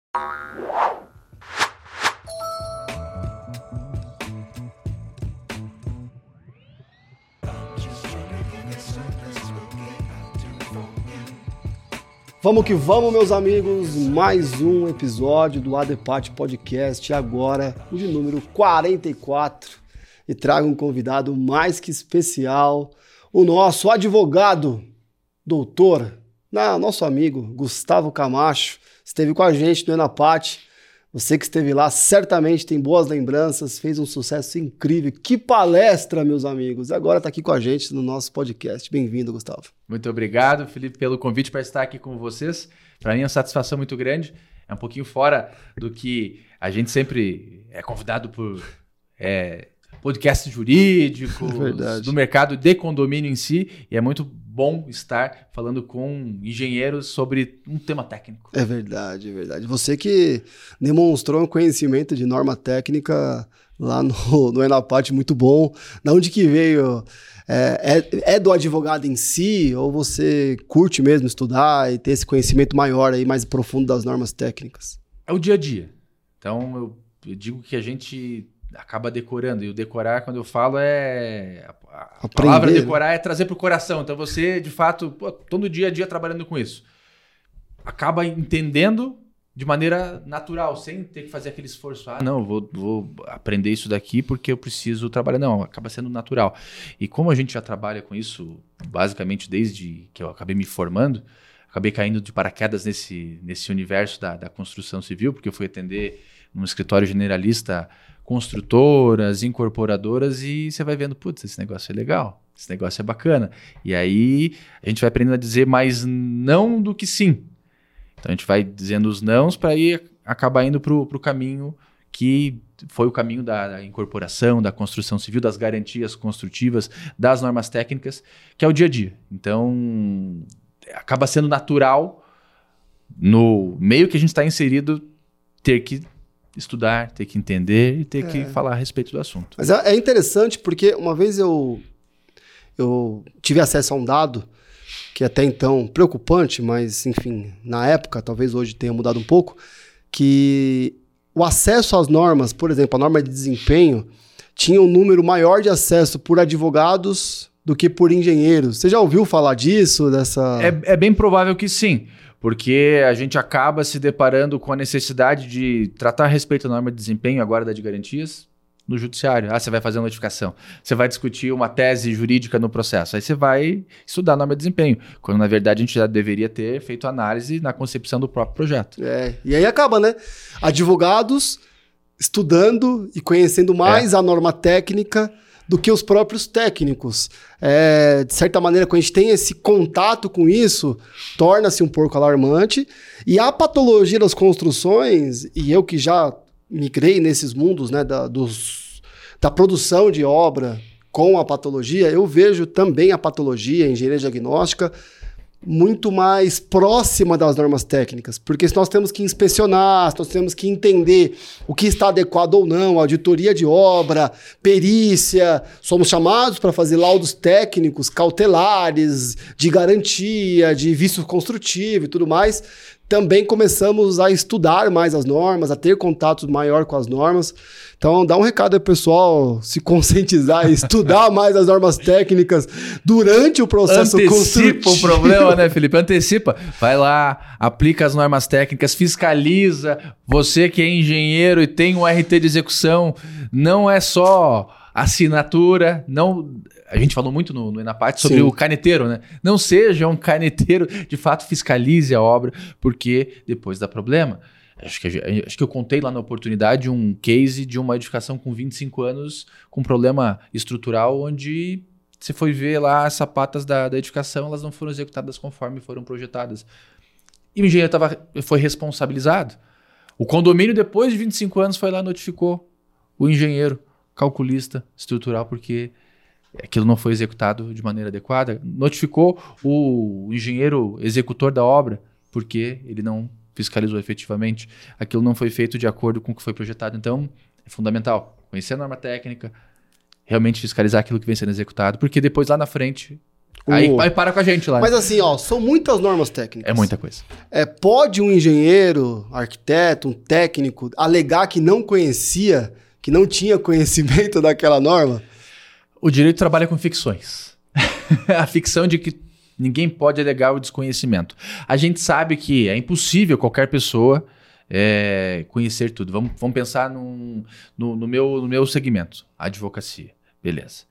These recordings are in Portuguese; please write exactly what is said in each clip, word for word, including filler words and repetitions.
Vamos que vamos, meus amigos, mais um episódio do ADPAT Podcast, agora o de número quarenta e quatro, e trago um convidado mais que especial, o nosso advogado, doutor, não, nosso amigo Gustavo Camacho, esteve com a gente no ENAPAT. Você que esteve lá certamente tem boas lembranças, fez um sucesso incrível. Que palestra, meus amigos! Agora está aqui com a gente no nosso podcast. Bem-vindo, Gustavo. Muito obrigado, Felipe, pelo convite para estar aqui com vocês. Para mim é uma satisfação muito grande. É um pouquinho fora do que a gente sempre é convidado por é, podcasts jurídicos, é do mercado de condomínio em si. E é muito bom estar falando com engenheiros sobre um tema técnico. É verdade, é verdade. Você que demonstrou um conhecimento de norma técnica lá no, no ENAPAT muito bom. Da onde que veio? É, é, é do advogado em si ou você curte mesmo estudar e ter esse conhecimento maior aí, mais profundo das normas técnicas? É o dia a dia. Então eu, eu digo que a gente acaba decorando, e o decorar, quando eu falo, é a, a palavra decorar é trazer para o coração. Então você, de fato, pô, todo dia a dia trabalhando com isso, acaba entendendo de maneira natural, sem ter que fazer aquele esforço. Ah, não, vou, vou aprender isso daqui porque eu preciso trabalhar. Não, acaba sendo natural. E como a gente já trabalha com isso, basicamente desde que eu acabei me formando, acabei caindo de paraquedas nesse, nesse universo da, da construção civil, porque eu fui atender num escritório generalista construtoras, incorporadoras, e você vai vendo, putz, esse negócio é legal, esse negócio é bacana. E aí a gente vai aprendendo a dizer mais não do que sim. Então a gente vai dizendo os nãos para ir acabar indo para o caminho que foi o caminho da, da incorporação, da construção civil, das garantias construtivas, das normas técnicas, que é o dia a dia. Então acaba sendo natural no meio que a gente está inserido ter que estudar, ter que entender e ter é. que falar a respeito do assunto. Mas é interessante porque uma vez eu, eu tive acesso a um dado que até então preocupante, mas enfim, na época, talvez hoje tenha mudado um pouco, que o acesso às normas, por exemplo, a norma de desempenho, tinha um número maior de acesso por advogados do que por engenheiros. Você já ouviu falar disso? Dessa... É, é bem provável que sim. Porque a gente acaba se deparando com a necessidade de tratar a respeito da norma de desempenho, agora da de garantias, no judiciário. Ah, você vai fazer uma notificação, você vai discutir uma tese jurídica no processo, aí você vai estudar a norma de desempenho, quando na verdade a gente já deveria ter feito análise na concepção do próprio projeto. É, e aí acaba, né? Advogados estudando e conhecendo mais é. a norma técnica do que os próprios técnicos. É, de certa maneira, quando a gente tem esse contato com isso, torna-se um pouco alarmante. E a patologia das construções, e eu que já migrei nesses mundos, né, da, dos, da produção de obra com a patologia, eu vejo também a patologia, a engenharia diagnóstica, muito mais próxima das normas técnicas, porque se nós temos que inspecionar, se nós temos que entender o que está adequado ou não, auditoria de obra, perícia, somos chamados para fazer laudos técnicos, cautelares, de garantia, de vício construtivo e tudo mais, também começamos a estudar mais as normas, a ter contato maior com as normas. Então, dá um recado aí, pessoal, se conscientizar e estudar mais as normas técnicas durante o processo Antecipa construtivo. Antecipa o problema, né, Felipe? Antecipa. Vai lá, aplica as normas técnicas, fiscaliza. Você que é engenheiro e tem um R T de execução, não é só assinatura, não... A gente falou muito no, no ENAPAT sobre Sim. o caneteiro, né? Não seja um caneteiro, de fato fiscalize a obra, porque depois dá problema. Acho que, acho que eu contei lá na oportunidade um case de uma edificação com vinte e cinco anos, com problema estrutural, onde você foi ver lá as sapatas da, da edificação, elas não foram executadas conforme foram projetadas. E o engenheiro tava, foi responsabilizado. O condomínio, depois de vinte e cinco anos, foi lá e notificou o engenheiro calculista estrutural, porque aquilo não foi executado de maneira adequada. Notificou o engenheiro executor da obra, porque ele não fiscalizou efetivamente. Aquilo não foi feito de acordo com o que foi projetado. Então, é fundamental conhecer a norma técnica, realmente fiscalizar aquilo que vem sendo executado, porque depois lá na frente O... Aí, aí para com a gente lá. Mas assim, ó, são muitas normas técnicas. É muita coisa. É, pode um engenheiro, arquiteto, um técnico alegar que não conhecia, que não tinha conhecimento daquela norma? O direito trabalha com ficções. A ficção de que ninguém pode alegar o desconhecimento. A gente sabe que é impossível qualquer pessoa é, conhecer tudo. Vamos, vamos pensar num, no, no, meu, no meu segmento, a advocacia. Beleza.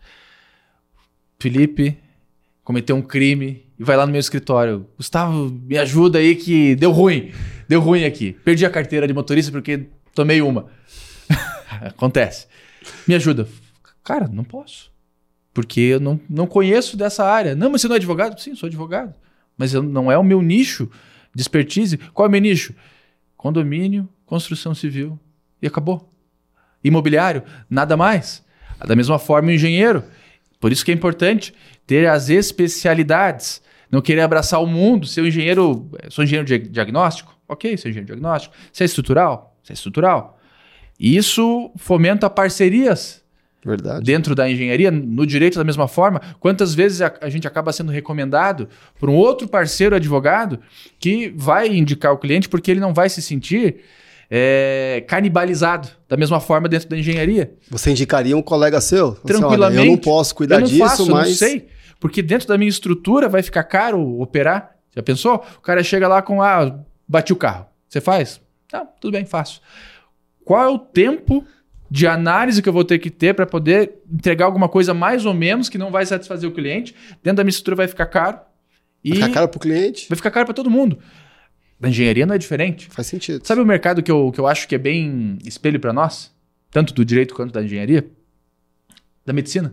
Felipe cometeu um crime e vai lá no meu escritório. Gustavo, me ajuda aí que deu ruim. Deu ruim aqui. Perdi a carteira de motorista porque tomei uma. Acontece. Me ajuda. Cara, não posso. Porque eu não, não conheço dessa área. Não, mas você não é advogado? Sim, sou advogado. Mas eu, não é o meu nicho de expertise. Qual é o meu nicho? Condomínio, construção civil. E acabou. Imobiliário, nada mais. Da mesma forma, o engenheiro. Por isso que é importante ter as especialidades. Não querer abraçar o mundo. Ser um engenheiro... Sou engenheiro de diagnóstico? Ok, sou engenheiro de diagnóstico. Você é estrutural? Você é estrutural. E isso fomenta parcerias. Verdade. Dentro da engenharia, no direito da mesma forma. Quantas vezes a, a gente acaba sendo recomendado por um outro parceiro advogado que vai indicar o cliente porque ele não vai se sentir é, canibalizado da mesma forma dentro da engenharia. Você indicaria um colega seu? Tranquilamente. Assim, eu não posso cuidar eu não disso, faço, mas... Eu não sei, porque dentro da minha estrutura vai ficar caro operar. Já pensou? O cara chega lá com, ah, bati o carro. Você faz? Não, tudo bem, faço. Qual é o tempo de análise que eu vou ter que ter para poder entregar alguma coisa mais ou menos que não vai satisfazer o cliente? Dentro da minha estrutura vai ficar caro. Vai ficar caro para o cliente? Vai ficar caro para todo mundo. Na engenharia não é diferente. Faz sentido. Sabe o mercado que eu, que eu acho que é bem espelho para nós? Tanto do direito quanto da engenharia? Da medicina.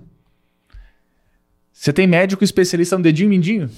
Você tem médico especialista no dedinho e mindinho.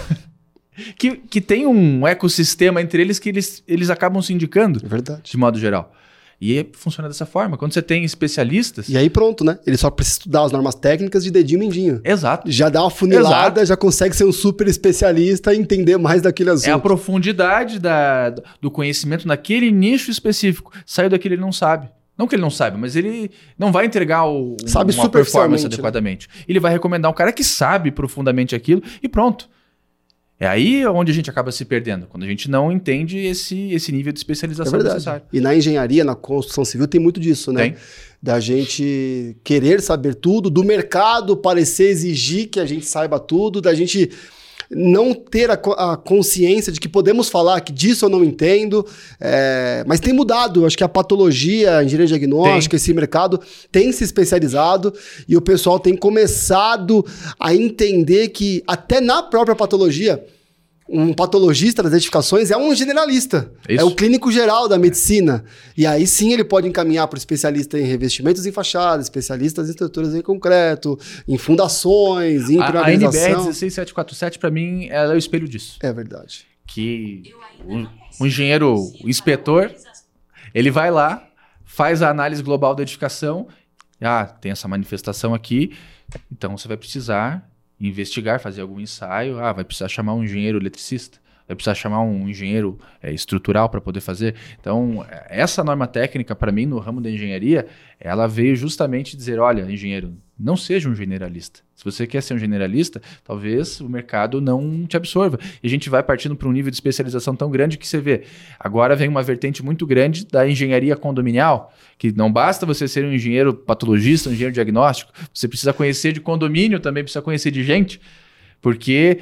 que, que tem um ecossistema entre eles que eles, eles acabam se indicando. É verdade. De modo geral. E funciona dessa forma. Quando você tem especialistas... E aí pronto, né? Ele só precisa estudar as normas técnicas de dedinho e mindinho. Exato. Já dá uma funilada, Exato. Já consegue ser um super especialista e entender mais daquele assunto. É a profundidade da, do conhecimento naquele nicho específico. Saiu daquele ele não sabe. Não que ele não saiba, mas ele não vai entregar o, sabe uma performance adequadamente. Né? Ele vai recomendar um cara que sabe profundamente aquilo e pronto. É aí onde a gente acaba se perdendo, quando a gente não entende esse, esse nível de especialização é necessário. E na engenharia, na construção civil, tem muito disso, né? Tem. Da gente querer saber tudo, do mercado parecer exigir que a gente saiba tudo, da gente não ter a, a consciência de que podemos falar que disso eu não entendo, é, mas tem mudado. Acho que a patologia, a engenharia diagnóstica, esse mercado tem se especializado e o pessoal tem começado a entender que até na própria patologia, um patologista das edificações é um generalista, Isso. é o clínico geral da medicina. E aí sim ele pode encaminhar para o especialista em revestimentos em fachada, especialistas em estruturas em concreto, em fundações, em impermeabilização. A N B R um seis sete quatro sete, para mim, ela é o espelho disso. É verdade. Que o, o engenheiro, o inspetor, ele vai lá, faz a análise global da edificação, ah, tem essa manifestação aqui, então você vai precisar investigar, fazer algum ensaio, ah, vai precisar chamar um engenheiro eletricista, vai precisar chamar um engenheiro é, estrutural para poder fazer. Então, essa norma técnica, para mim, no ramo da engenharia, ela veio justamente dizer, olha, engenheiro, não seja um generalista. Se você quer ser um generalista, talvez o mercado não te absorva. E a gente vai partindo para um nível de especialização tão grande que você vê. Agora vem uma vertente muito grande da engenharia condominial, que não basta você ser um engenheiro patologista, um engenheiro diagnóstico, você precisa conhecer de condomínio, também precisa conhecer de gente. Porque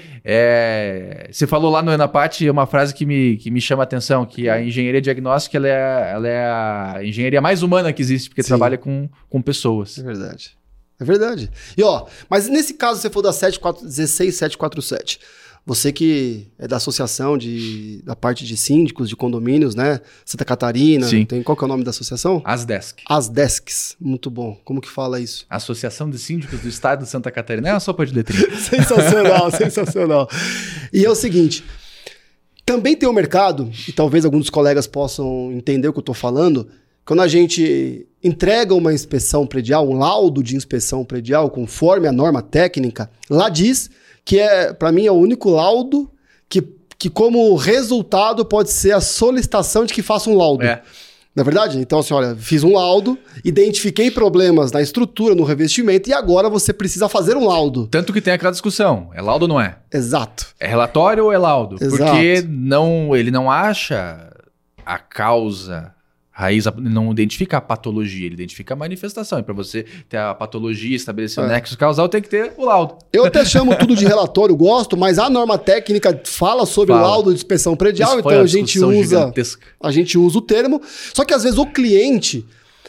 é, você falou lá no Enapati uma frase que me, que me chama a atenção, que a engenharia diagnóstica ela é, ela é a engenharia mais humana que existe, porque Sim. trabalha com, com pessoas. É verdade. É verdade. E ó, mas nesse caso você for da dezesseis sete quatro sete, você que é da associação de, da parte de síndicos, de condomínios, né? Santa Catarina, Sim. tem, qual que é o nome da associação? Asdesc. Asdescs, muito bom. Como que fala isso? Associação de Síndicos do Estado de Santa Catarina. É uma sopa de letrinha. Sensacional, sensacional. E é o seguinte, também tem um mercado, e talvez alguns dos colegas possam entender o que eu estou falando, quando a gente entrega uma inspeção predial, um laudo de inspeção predial, conforme a norma técnica, lá diz que, é, para mim, é o único laudo que, que, como resultado, pode ser a solicitação de que faça um laudo. É. Não é verdade? Então, assim, olha, fiz um laudo, identifiquei problemas na estrutura, no revestimento, e agora você precisa fazer um laudo. Tanto que tem aquela discussão, é laudo ou não é? Exato. É relatório ou é laudo? Exato. Porque não, ele não acha a causa raiz, não identifica a patologia, ele identifica a manifestação. E para você ter a patologia, estabelecer é. o nexo causal, tem que ter o laudo. Eu até chamo tudo de relatório, gosto, mas a norma técnica fala sobre fala. o laudo de inspeção predial, então a gente usa gigantesca. a gente usa o termo. Só que às vezes o cliente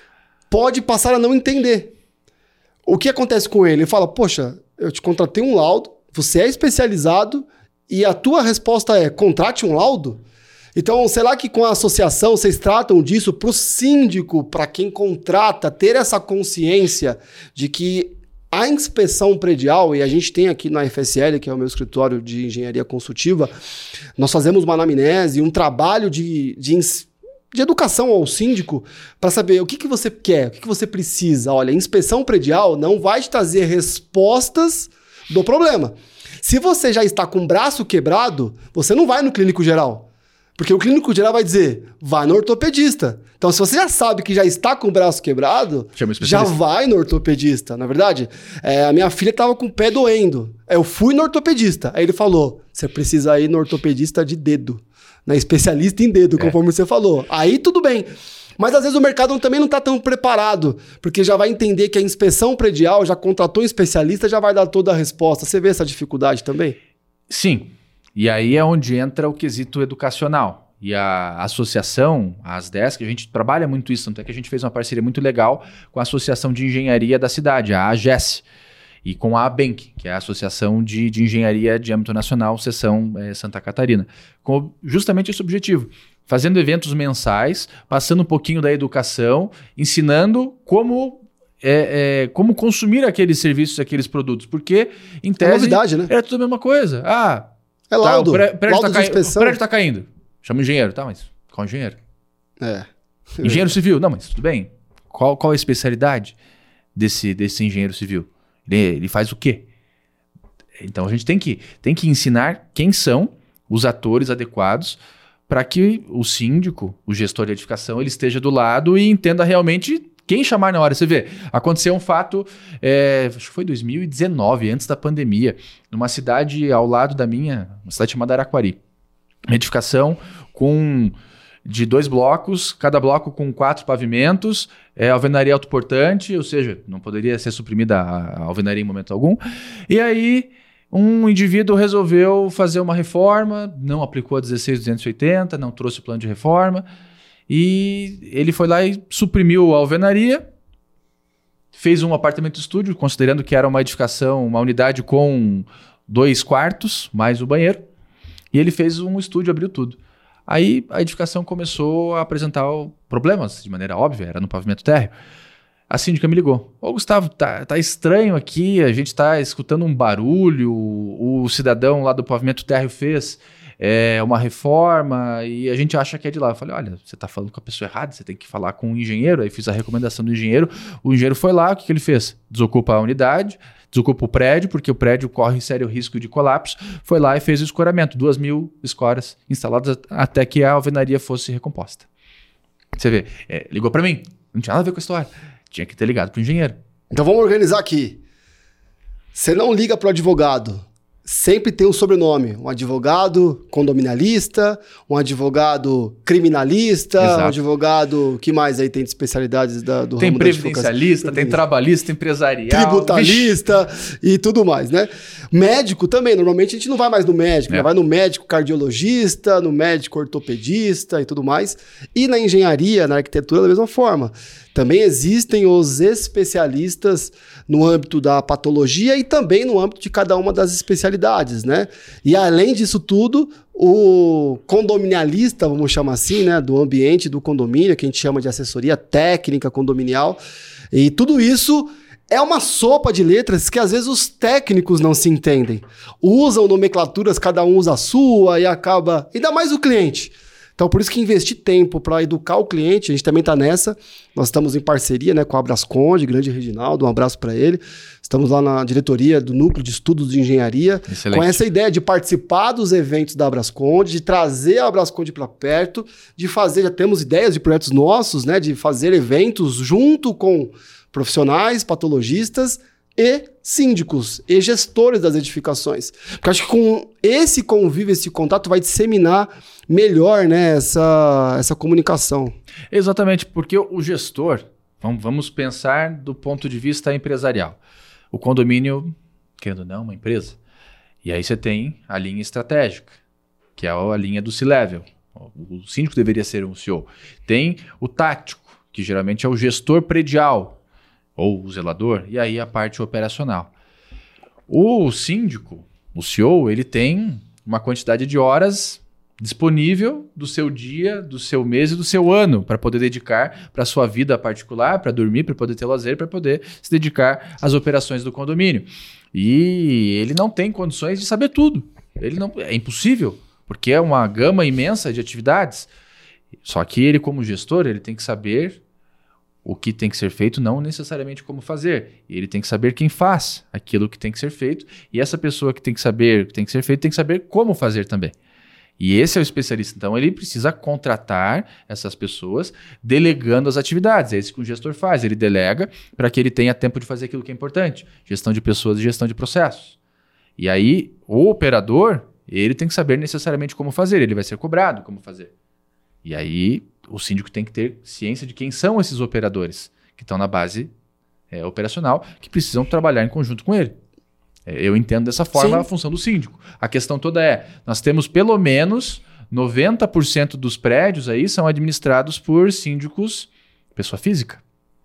pode passar a não entender. O que acontece com ele? Ele fala, poxa, eu te contratei um laudo, você é especializado e a tua resposta é, contrate um laudo? Então, será que com a associação vocês tratam disso para o síndico, para quem contrata, ter essa consciência de que a inspeção predial, e a gente tem aqui na F S L, que é o meu escritório de engenharia consultiva, nós fazemos uma anamnese, um trabalho de, de, de educação ao síndico para saber o que, que você quer, o que, que você precisa. Olha, a inspeção predial não vai te trazer respostas do problema. Se você já está com o braço quebrado, você não vai no clínico geral. Porque o clínico geral vai dizer, vai no ortopedista. Então, se você já sabe que já está com o braço quebrado, já vai no ortopedista. Na verdade, é, a minha filha estava com o pé doendo. Eu fui no ortopedista. Aí ele falou, você precisa ir no ortopedista de dedo. Né? Especialista em dedo, conforme é. você falou. Aí tudo bem. Mas às vezes o mercado também não está tão preparado, porque já vai entender que a inspeção predial, já contratou um especialista, já vai dar toda a resposta. Você vê essa dificuldade também? Sim. E aí é onde entra o quesito educacional. E a associação, a ASDESC, a gente trabalha muito isso, tanto é que a gente fez uma parceria muito legal com a Associação de Engenharia da cidade, a AGES, e com a ABENC, que é a Associação de, de Engenharia de âmbito nacional, seção é, Santa Catarina, com justamente esse objetivo, fazendo eventos mensais, passando um pouquinho da educação, ensinando como... É, é, como consumir aqueles serviços, aqueles produtos, porque em tese é novidade, né? É tudo a mesma coisa. Ah, é laudo, tá, o prédio laudo tá de cai... inspeção. O prédio está caindo. Chama o engenheiro, tá? Mas qual engenheiro? É. Engenheiro civil, não, mas tudo bem. Qual, qual a especialidade desse, desse engenheiro civil? Ele, ele faz o quê? Então a gente tem que, tem que ensinar quem são os atores adequados para que o síndico, o gestor de edificação, ele esteja do lado e entenda realmente quem chamar na hora. Você vê, aconteceu um fato, é, acho que foi dois mil e dezenove, antes da pandemia, numa cidade ao lado da minha, uma cidade chamada Araquari. Uma edificação com, de dois blocos, cada bloco com quatro pavimentos, é, alvenaria autoportante, ou seja, não poderia ser suprimida a, a alvenaria em momento algum. E aí, um indivíduo resolveu fazer uma reforma, não aplicou a dezesseis mil duzentos e oitenta, não trouxe o plano de reforma, e ele foi lá e suprimiu a alvenaria, fez um apartamento estúdio, considerando que era uma edificação, uma unidade com dois quartos, mais o banheiro, e ele fez um estúdio, abriu tudo. Aí a edificação começou a apresentar problemas, de maneira óbvia, era no pavimento térreo. A síndica me ligou. Ô Gustavo, tá, tá estranho aqui, a gente tá escutando um barulho, o cidadão lá do pavimento térreo fez... É uma reforma e a gente acha que é de lá. Eu falei, olha, você está falando com a pessoa errada, você tem que falar com o engenheiro. Aí fiz a recomendação do engenheiro. O engenheiro foi lá, o que, que ele fez? Desocupa a unidade, desocupa o prédio, porque o prédio corre sério risco de colapso. Foi lá e fez o escoramento, duas mil escoras instaladas até que a alvenaria fosse recomposta. Você vê, é, ligou para mim, não tinha nada a ver com a história. Tinha que ter ligado para o engenheiro. Então vamos organizar aqui. Você não liga para o advogado. Sempre tem um sobrenome, um advogado condominialista, um advogado criminalista, Exato. um advogado, que mais aí tem de especialidades da, do tem ramo previdencialista, tem trabalhista, empresarial, tributarista Vixe. e tudo mais, né? Médico também, normalmente a gente não vai mais no médico, é. né? Vai no médico cardiologista, no médico ortopedista e tudo mais. E na engenharia, na arquitetura, da mesma forma. Também existem os especialistas no âmbito da patologia e também no âmbito de cada uma das especialidades, né? E além disso tudo, o condominialista, vamos chamar assim, né? Do ambiente do condomínio, que a gente chama de assessoria técnica condominial. E tudo isso é uma sopa de letras que às vezes os técnicos não se entendem. Usam nomenclaturas, cada um usa a sua e acaba... Ainda mais o cliente. Então, por isso que investir tempo para educar o cliente, a gente também está nessa. Nós estamos em parceria, né, com a Abrasconde, grande Reginaldo, um abraço para ele. Estamos lá na diretoria do Núcleo de Estudos de Engenharia, Excelente. Com essa ideia de participar dos eventos da Abrasconde, de trazer a Abrasconde para perto, de fazer, já temos ideias de projetos nossos, né, de fazer eventos junto com profissionais, patologistas e síndicos e gestores das edificações. Porque acho que com esse convívio, esse contato vai disseminar melhor, né, essa, essa comunicação. Exatamente, porque o gestor, vamos, vamos pensar do ponto de vista empresarial. O condomínio, querendo ou não, uma empresa. E aí você tem a linha estratégica, que é a linha do C-Level. O síndico deveria ser um C E O. Tem o tático, que geralmente é o gestor predial, ou o zelador, e aí a parte operacional. O síndico, o C E O, ele tem uma quantidade de horas disponível do seu dia, do seu mês e do seu ano para poder dedicar para a sua vida particular, para dormir, para poder ter lazer, para poder se dedicar às operações do condomínio. E ele não tem condições de saber tudo. Ele não, é impossível, porque é uma gama imensa de atividades. Só que ele, como gestor, ele tem que saber o que tem que ser feito, não necessariamente como fazer. Ele tem que saber quem faz aquilo que tem que ser feito. E essa pessoa que tem que saber o que tem que ser feito tem que saber como fazer também. E esse é o especialista. Então, ele precisa contratar essas pessoas delegando as atividades. É isso que o gestor faz. Ele delega para que ele tenha tempo de fazer aquilo que é importante. Gestão de pessoas e gestão de processos. E aí, o operador, ele tem que saber necessariamente como fazer. Ele vai ser cobrado como fazer. E aí, o síndico tem que ter ciência de quem são esses operadores que estão na base é, operacional, que precisam trabalhar em conjunto com ele. Eu entendo dessa forma Sim. a função do síndico. A questão toda é, nós temos pelo menos noventa por cento dos prédios aí são administrados por síndicos, pessoa física.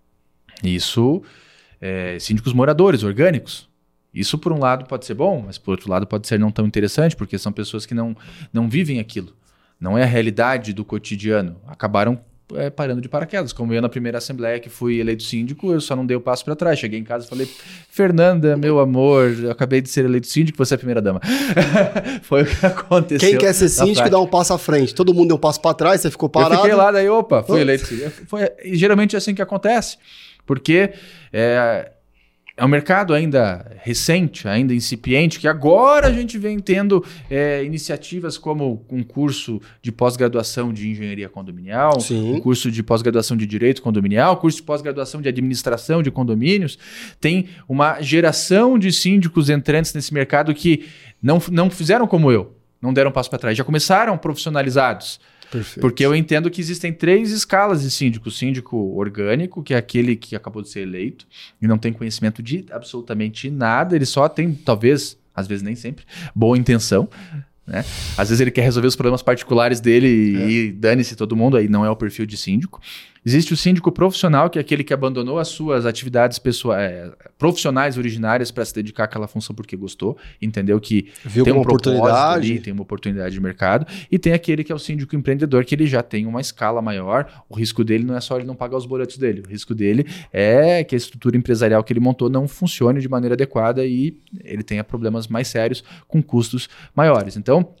Isso, é, síndicos moradores, orgânicos. Isso por um lado pode ser bom, mas por outro lado pode ser não tão interessante, porque são pessoas que não, não vivem aquilo. Não é a realidade do cotidiano. Acabaram É, parando de paraquedas. Como eu na primeira assembleia que fui eleito síndico, eu só não dei o passo para trás. Cheguei em casa e falei, Fernanda, meu amor, eu acabei de ser eleito síndico, você é a primeira dama. Foi o que aconteceu. Quem quer ser síndico dá um passo à frente. Todo mundo deu um passo para trás, você ficou parado. Eu fiquei lá, daí opa, fui eleito síndico. Foi, e geralmente é assim que acontece. Porque é, é um mercado ainda recente, ainda incipiente, que agora a gente vem tendo é, iniciativas como um curso de pós-graduação de engenharia condominial, Sim. um curso de pós-graduação de direito condominial, curso de pós-graduação de administração de condomínios. Tem uma geração de síndicos entrantes nesse mercado que não, não fizeram como eu, não deram passo para trás, já começaram profissionalizados. Perfeito. Porque eu entendo que existem três escalas de síndico. O síndico orgânico, que é aquele que acabou de ser eleito e não tem conhecimento de absolutamente nada. Ele só tem, talvez, às vezes nem sempre, boa intenção. Né? Às vezes ele quer resolver os problemas particulares dele é. e dane-se todo mundo, aí não é o perfil de síndico. Existe o síndico profissional, que é aquele que abandonou as suas atividades pessoais, profissionais originárias para se dedicar àquela função porque gostou, entendeu que Viu tem uma um oportunidade ali, tem uma oportunidade de mercado, e tem aquele que é o síndico empreendedor, que ele já tem uma escala maior. O risco dele não é só ele não pagar os boletos dele, o risco dele é que a estrutura empresarial que ele montou não funcione de maneira adequada e ele tenha problemas mais sérios com custos maiores. Então,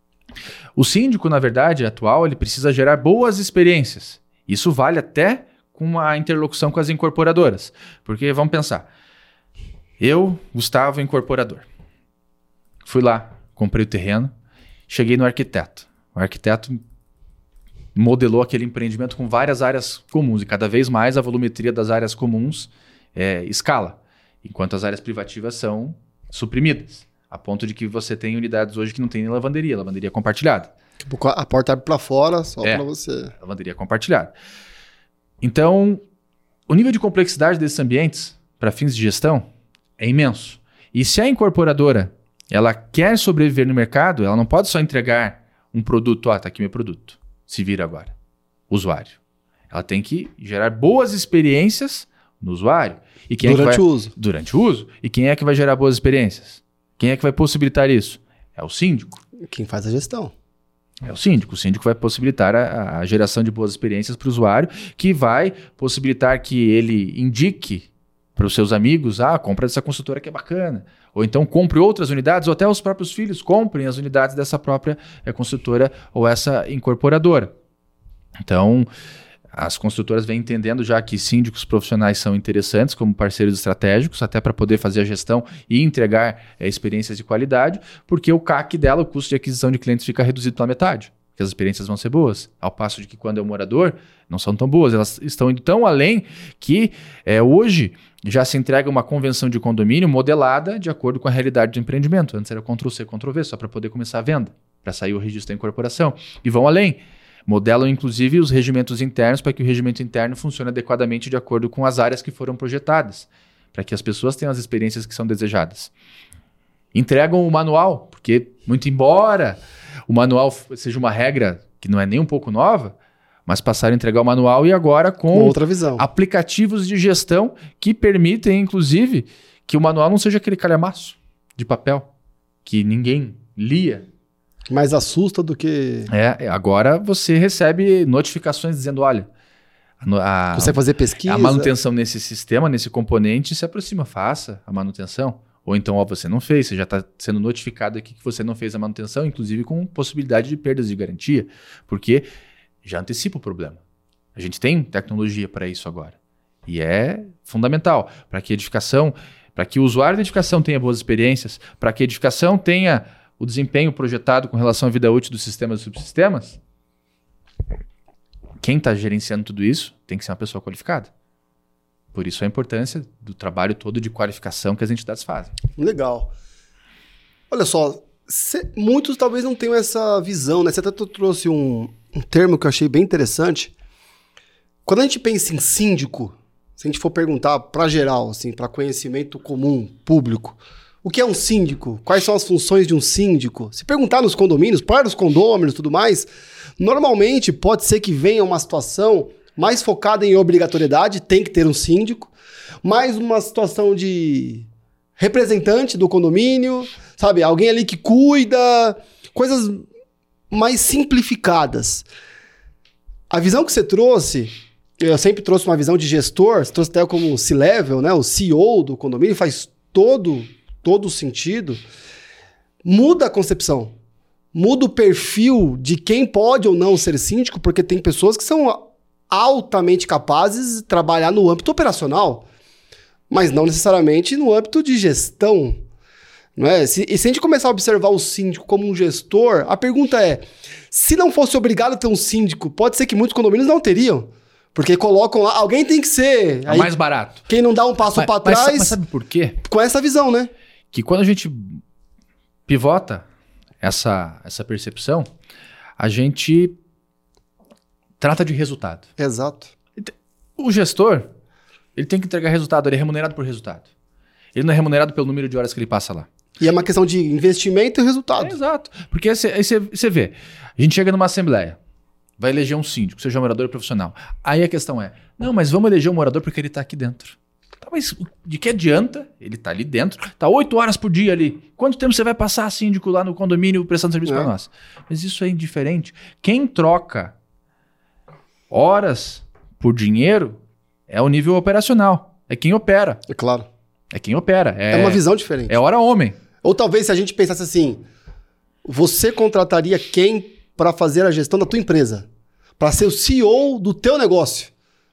o síndico, na verdade, atual, ele precisa gerar boas experiências. Isso vale até com a interlocução com as incorporadoras. Porque, vamos pensar, eu, Gustavo, incorporador, fui lá, comprei o terreno, cheguei no arquiteto. O arquiteto modelou aquele empreendimento com várias áreas comuns e cada vez mais a volumetria das áreas comuns é, escala, enquanto as áreas privativas são suprimidas, a ponto de que você tem unidades hoje que não tem nem lavanderia, lavanderia compartilhada. A porta abre para fora, só é, para você. Lavanderia compartilhada. Então, o nível de complexidade desses ambientes, para fins de gestão, é imenso. E se a incorporadora ela quer sobreviver no mercado, ela não pode só entregar um produto, ó, tá aqui meu produto, se vira agora, usuário. Ela tem que gerar boas experiências no usuário. E quem durante é que vai... o uso. Durante o uso. E quem é que vai gerar boas experiências? Quem é que vai possibilitar isso? É o síndico. Quem faz a gestão. É o síndico. O síndico vai possibilitar a, a geração de boas experiências para o usuário, que vai possibilitar que ele indique para os seus amigos, ah, compra dessa consultora que é bacana. Ou então compre outras unidades, ou até os próprios filhos comprem as unidades dessa própria é, consultora ou essa incorporadora. Então, as construtoras vêm entendendo já que síndicos profissionais são interessantes como parceiros estratégicos, até para poder fazer a gestão e entregar é, experiências de qualidade, porque o C A C dela, o custo de aquisição de clientes, fica reduzido pela metade. Porque as experiências vão ser boas. Ao passo de que quando é o morador, não são tão boas. Elas estão indo tão além que é, hoje já se entrega uma convenção de condomínio modelada de acordo com a realidade do empreendimento. Antes era Ctrl C, Ctrl V, só para poder começar a venda, para sair o registro da incorporação. E vão além. Modelam, inclusive, os regimentos internos para que o regimento interno funcione adequadamente de acordo com as áreas que foram projetadas, para que as pessoas tenham as experiências que são desejadas. Entregam o manual, porque, muito embora o manual seja uma regra que não é nem um pouco nova, mas passaram a entregar o manual e agora com, com outra visão. Aplicativos de gestão que permitem, inclusive, que o manual não seja aquele calhamaço de papel que ninguém lia. Mais assusta do que... É, agora você recebe notificações dizendo, olha... A, você vai fazer pesquisa... A manutenção nesse sistema, nesse componente, se aproxima, faça a manutenção. Ou então, ó, você não fez, você já está sendo notificado aqui que você não fez a manutenção, inclusive com possibilidade de perdas de garantia, porque já antecipa o problema. A gente tem tecnologia para isso agora. E é fundamental para que a edificação, para que o usuário da edificação tenha boas experiências, para que a edificação tenha o desempenho projetado com relação à vida útil dos sistemas e subsistemas. Quem está gerenciando tudo isso tem que ser uma pessoa qualificada. Por isso a importância do trabalho todo de qualificação que as entidades fazem. Legal. Olha só, cê, muitos talvez não tenham essa visão, né? Você até trouxe um, um termo que eu achei bem interessante. Quando a gente pensa em síndico, se a gente for perguntar para geral, assim, para conhecimento comum, público, o que é um síndico? Quais são as funções de um síndico? Se perguntar nos condomínios, para os condôminos e tudo mais, normalmente pode ser que venha uma situação mais focada em obrigatoriedade, tem que ter um síndico, mais uma situação de representante do condomínio, sabe? Alguém ali que cuida, coisas mais simplificadas. A visão que você trouxe, eu sempre trouxe uma visão de gestor, você trouxe até como C-Level, né? O C E O do condomínio, faz todo, todo sentido. Muda a concepção, muda o perfil de quem pode ou não ser síndico, porque tem pessoas que são altamente capazes de trabalhar no âmbito operacional, mas não necessariamente no âmbito de gestão. Não é? Se, e se a gente começar a observar o síndico como um gestor, a pergunta é, se não fosse obrigado a ter um síndico, pode ser que muitos condomínios não teriam, porque colocam lá, alguém tem que ser... É aí, mais barato. Quem não dá um passo para trás... Mas, mas sabe por quê? Com essa visão, né? Que quando a gente pivota essa, essa percepção, a gente... trata de resultado. Exato. O gestor, ele tem que entregar resultado, ele é remunerado por resultado. Ele não é remunerado pelo número de horas que ele passa lá. E é uma questão de investimento e resultado. É, exato. Porque aí você vê, a gente chega numa assembleia, vai eleger um síndico, seja um morador profissional. Aí a questão é, não, mas vamos eleger um morador porque ele está aqui dentro. Tá, mas de que adianta? Ele está ali dentro, está oito horas por dia ali. Quanto tempo você vai passar síndico lá no condomínio prestando serviço é. para nós? Mas isso é indiferente. Quem troca horas por dinheiro é o nível operacional. É quem opera. É claro. É quem opera. É, é uma visão diferente. É hora homem. Ou talvez se a gente pensasse assim, você contrataria quem para fazer a gestão da tua empresa? Para ser o C E O do teu negócio?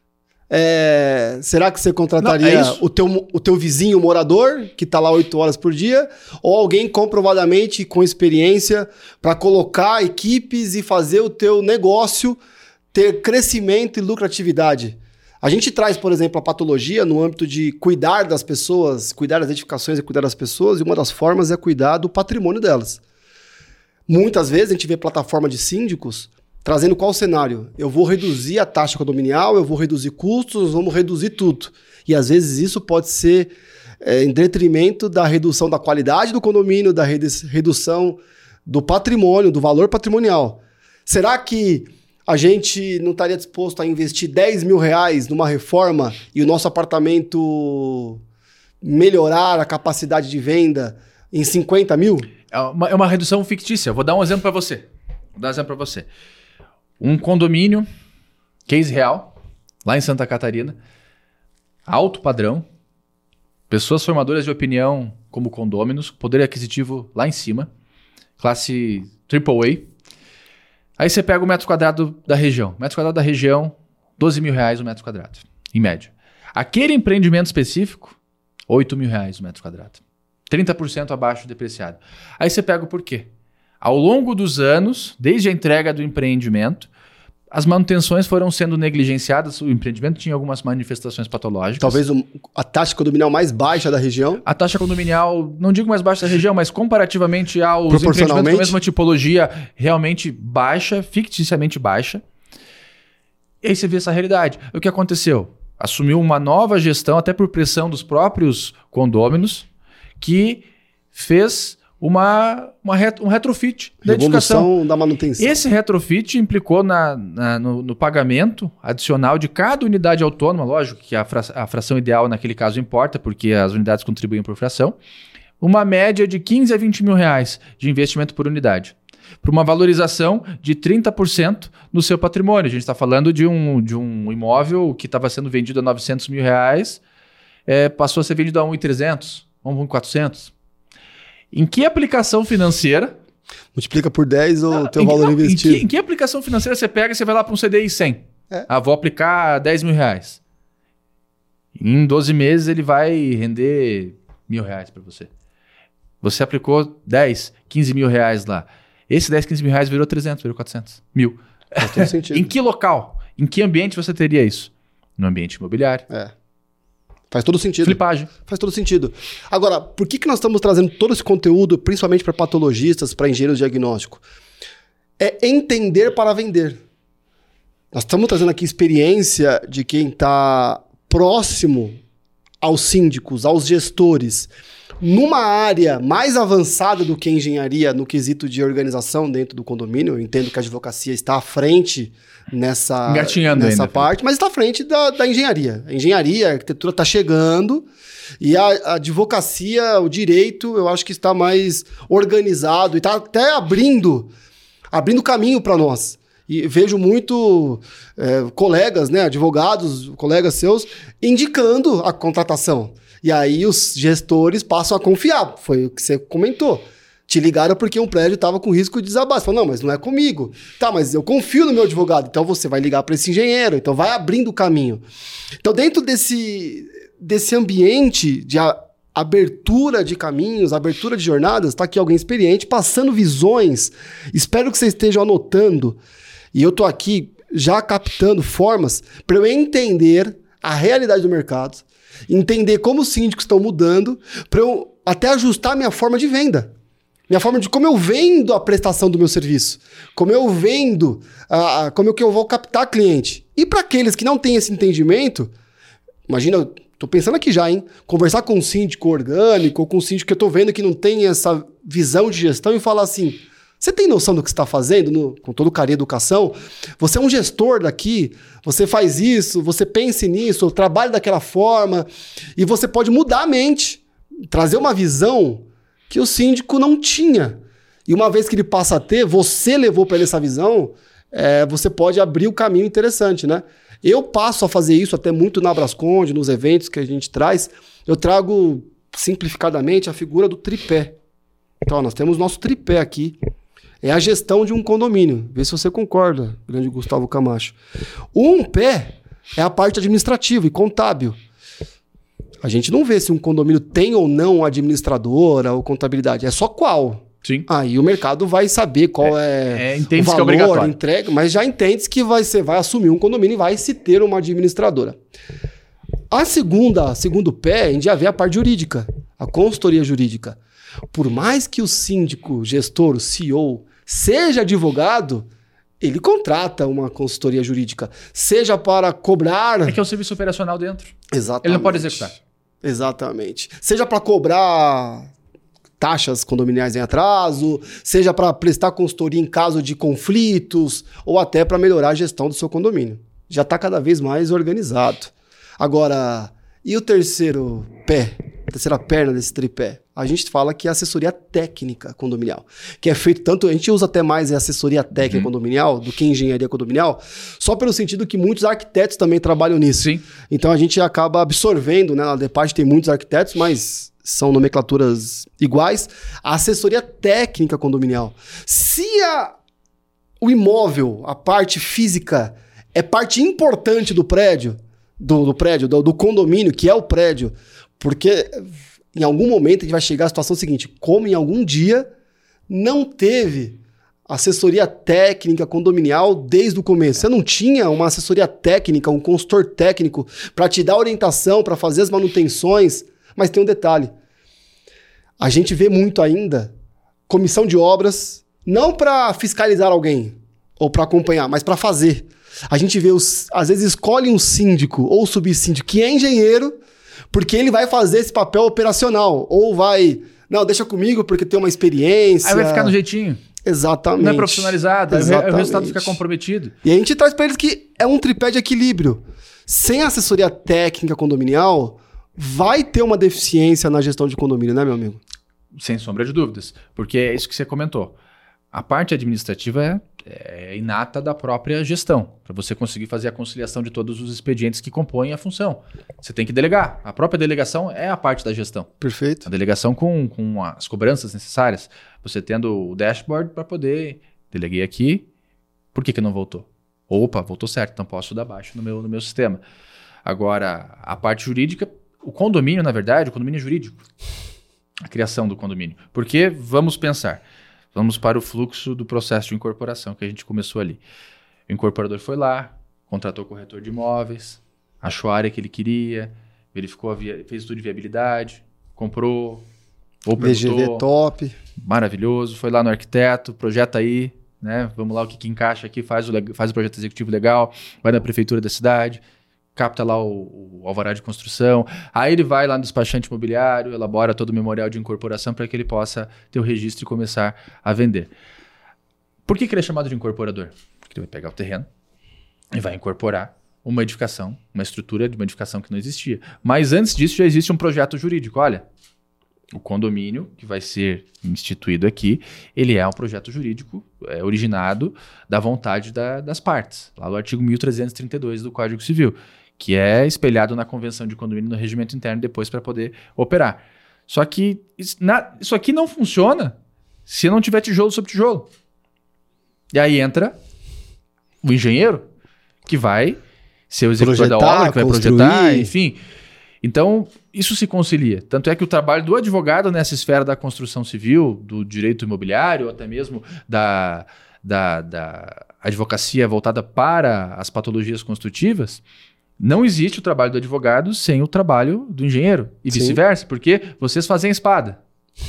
É, será que você contrataria Não, é o, teu, o teu vizinho morador, que está lá oito horas por dia? Ou alguém comprovadamente com experiência para colocar equipes e fazer o teu negócio ter crescimento e lucratividade? A gente traz, por exemplo, a patologia no âmbito de cuidar das pessoas, cuidar das edificações e cuidar das pessoas, e uma das formas é cuidar do patrimônio delas. Muitas vezes a gente vê plataforma de síndicos trazendo qual cenário? Eu vou reduzir a taxa condominial, eu vou reduzir custos, vamos reduzir tudo. E às vezes isso pode ser é, em detrimento da redução da qualidade do condomínio, da redução do patrimônio, do valor patrimonial. Será que a gente não estaria disposto a investir dez mil reais numa reforma e o nosso apartamento melhorar a capacidade de venda em cinquenta mil? É uma, é uma redução fictícia. Vou dar um exemplo para você. Vou dar um exemplo para você. Um condomínio, case real, lá em Santa Catarina, alto padrão, Pessoas formadoras de opinião como condôminos, poder aquisitivo lá em cima, classe triplo A. Aí você pega o metro quadrado da região. Metro quadrado da região, doze mil reais o metro quadrado, em média. Aquele empreendimento específico, oito mil reais o metro quadrado. trinta por cento abaixo do depreciado. Aí você pega o porquê. Ao longo dos anos, desde a entrega do empreendimento, as manutenções foram sendo negligenciadas, o empreendimento tinha algumas manifestações patológicas. Talvez um, a taxa condominial mais baixa da região? A taxa condominial, não digo mais baixa da região, mas comparativamente aos empreendimentos da mesma tipologia, realmente baixa, ficticiamente baixa. E aí você vê essa realidade. O que aconteceu? Assumiu uma nova gestão, até por pressão dos próprios condôminos, que fez uma, uma ret, um retrofit da edificação. Da manutenção. Esse retrofit implicou na, na, no, no pagamento adicional de cada unidade autônoma, lógico que a, fra, a fração ideal naquele caso importa, porque as unidades contribuem por fração, uma média de quinze a vinte mil reais de investimento por unidade, para uma valorização de trinta por cento no seu patrimônio. A gente está falando de um, de um imóvel que estava sendo vendido a novecentos mil reais, é, passou a ser vendido a um milhão e trezentos, um milhão e quatrocentos. Em que aplicação financeira... Multiplica por dez o ah, teu em, valor não, investido. Em que, em que aplicação financeira você pega e você vai lá para um C D I cem? É. Ah, vou aplicar dez mil reais. Em doze meses ele vai render mil reais para você. Você aplicou dez, quinze mil reais lá. Esse dez, quinze mil reais virou trezentos, virou quatrocentos, mil. Faz todo sentido. Em que local? Em que ambiente você teria isso? No ambiente imobiliário. É. Faz todo sentido. Flipagem. Faz todo sentido. Agora, por que, que nós estamos trazendo todo esse conteúdo, principalmente para patologistas, para engenheiros de diagnóstico? É entender para vender. Nós estamos trazendo aqui experiência de quem está próximo aos síndicos, aos gestores, numa área mais avançada do que a engenharia, no quesito de organização dentro do condomínio. Eu entendo que a advocacia está à frente nessa, nessa ainda, parte, mas está à frente da, da engenharia. A engenharia, a arquitetura está chegando e a, a advocacia, o direito, eu acho que está mais organizado e está até abrindo, abrindo caminho para nós. E vejo muito é, colegas, né, advogados, colegas seus, indicando a contratação. E aí os gestores passam a confiar. Foi o que você comentou. Te ligaram porque um prédio estava com risco de desabar. Você falou, não, mas não é comigo. Tá, mas eu confio no meu advogado. Então você vai ligar para esse engenheiro. Então vai abrindo o caminho. Então dentro desse, desse ambiente de a, abertura de caminhos, abertura de jornadas, está aqui alguém experiente, passando visões. Espero que vocês estejam anotando. E eu estou aqui já captando formas para eu entender a realidade do mercado, entender como os síndicos estão mudando, para eu até ajustar a minha forma de venda. Minha forma de como eu vendo a prestação do meu serviço, como eu vendo, uh, como que eu vou captar cliente. E para aqueles que não têm esse entendimento, imagina, estou pensando aqui já, hein? Conversar com um síndico orgânico, ou com um síndico que eu estou vendo que não tem essa visão de gestão e falar assim, você tem noção do que você está fazendo, no, com todo carinho e educação? Você é um gestor daqui, você faz isso, você pensa nisso, trabalha daquela forma, e você pode mudar a mente, trazer uma visão que o síndico não tinha. E uma vez que ele passa a ter, você levou para ele essa visão, é, você pode abrir o caminho interessante, né? Eu passo a fazer isso até muito na Brasconde, nos eventos que a gente traz, eu trago simplificadamente a figura do tripé. Então, ó, nós temos nosso tripé aqui. É a gestão de um condomínio. Vê se você concorda, grande Gustavo Camacho. Um pé é a parte administrativa e contábil. A gente não vê se um condomínio tem ou não administradora ou contabilidade. É só qual. Sim. Aí o mercado vai saber qual é, é, é o valor, que é obrigatório. Entrega, mas já entende que vai, ser, vai assumir um condomínio e vai se ter uma administradora. A segunda, segundo pé, a gente já vê a parte jurídica, a consultoria jurídica. Por mais que o síndico, gestor, o C E O, seja advogado, ele contrata uma consultoria jurídica, seja para cobrar... É que é o serviço operacional dentro. Exatamente. Ele não pode executar. Exatamente. Seja para cobrar taxas condominiais em atraso, seja para prestar consultoria em caso de conflitos, ou até para melhorar a gestão do seu condomínio. Já está cada vez mais organizado. Agora, e o terceiro pé, a terceira perna desse tripé? a gente fala que é assessoria técnica condominial. Que é feito tanto, a gente usa até mais a assessoria técnica uhum. condominial do que engenharia condominial, só pelo sentido que muitos arquitetos também trabalham nisso. Sim. Então a gente acaba absorvendo, né? Na Depage tem muitos arquitetos, mas são nomenclaturas iguais. A assessoria técnica condominial. Se a, o imóvel, a parte física, é parte importante do prédio, do, do prédio, do, do condomínio, que é o prédio, porque em algum momento a gente vai chegar à situação seguinte, como em algum dia não teve assessoria técnica condominial desde o começo. Você não tinha uma assessoria técnica, um consultor técnico para te dar orientação, para fazer as manutenções, mas tem um detalhe. A gente vê muito ainda comissão de obras, não para fiscalizar alguém ou para acompanhar, mas para fazer. A gente vê, os, às vezes escolhe um síndico ou subsíndico que é engenheiro, porque ele vai fazer esse papel operacional. Ou vai, não, deixa comigo porque tem uma experiência. Aí vai ficar no jeitinho. Exatamente. Não é profissionalizado, aí o resultado fica comprometido. E a gente traz para eles que é um tripé de equilíbrio. Sem assessoria técnica condominial, vai ter uma deficiência na gestão de condomínio, né, meu amigo? Sem sombra de dúvidas. Porque é isso que você comentou. A parte administrativa é, é inata da própria gestão, para você conseguir fazer a conciliação de todos os expedientes que compõem a função. Você tem que delegar. A própria delegação é a parte da gestão. Perfeito. A delegação com, com as cobranças necessárias. Você tendo o dashboard para poder... Deleguei aqui, por que, que não voltou? Opa, voltou certo, então posso dar baixo no meu, no meu sistema. Agora, a parte jurídica, o condomínio, na verdade, o condomínio é jurídico. A criação do condomínio. Porque, vamos pensar... Vamos para o fluxo do processo de incorporação que a gente começou ali. O incorporador foi lá, contratou o corretor de imóveis, achou a área que ele queria, verificou a via, fez estudo de viabilidade, comprou, ou V G V top. Maravilhoso, foi lá no arquiteto, projeta aí, né? Vamos lá, o que, que encaixa aqui, faz o, faz o projeto executivo legal, vai na prefeitura da cidade, capta lá o, o alvará de construção, aí ele vai lá no despachante imobiliário, elabora todo o memorial de incorporação para que ele possa ter o registro e começar a vender. Por que, que ele é chamado de incorporador? Porque ele vai pegar o terreno e vai incorporar uma edificação, uma estrutura de uma edificação que não existia. Mas antes disso já existe um projeto jurídico. Olha, o condomínio que vai ser instituído aqui, ele é um projeto jurídico é, originado da vontade da, das partes, lá do artigo mil trezentos e trinta e dois do Código Civil, que é espelhado na convenção de condomínio no regimento interno depois para poder operar. Só que isso, na, isso aqui não funciona se não tiver tijolo sobre tijolo. E aí entra o engenheiro, que vai ser o executor projetar, da obra, que vai construir. projetar, enfim. Então, isso se concilia. Tanto é que o trabalho do advogado nessa esfera da construção civil, do direito imobiliário, ou até mesmo da, da, da advocacia voltada para as patologias construtivas, não existe o trabalho do advogado sem o trabalho do engenheiro. E vice-versa, porque vocês fazem espada.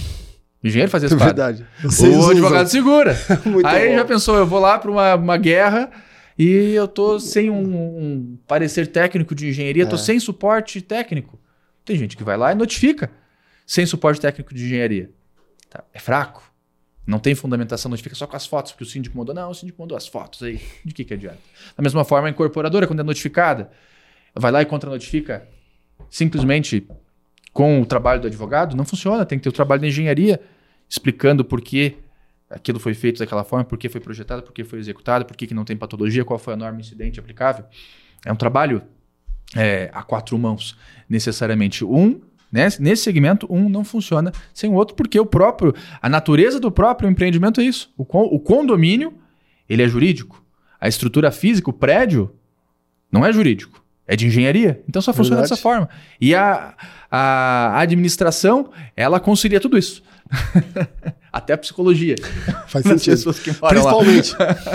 O engenheiro fazia espada. É verdade. Vocês o advogado usam. segura. Aí bom. Já pensou, eu vou lá para uma, uma guerra e eu tô sem um, um parecer técnico de engenharia, é. tô sem suporte técnico. Tem gente que vai lá e notifica sem suporte técnico de engenharia. Tá. É fraco. Não tem fundamentação, notifica só com as fotos, porque o síndico mandou. Não, o síndico mandou as fotos aí. De que que adianta? Da mesma forma, a incorporadora, quando é notificada, vai lá e contra-notifica simplesmente com o trabalho do advogado, não funciona. Tem que ter o trabalho da engenharia explicando por que aquilo foi feito daquela forma, por que foi projetado, por que foi executado, por que, que não tem patologia, qual foi a norma incidente aplicável. É um trabalho é, a quatro mãos, necessariamente. Um, né, nesse segmento, um não funciona sem o outro, porque o próprio, a natureza do próprio empreendimento é isso. O, o condomínio, ele é jurídico. A estrutura física, o prédio, não é jurídico. É de engenharia, então só funciona Verdade. dessa forma. E a, a administração, ela concilia tudo isso. Até a psicologia. Faz sentido. Principalmente.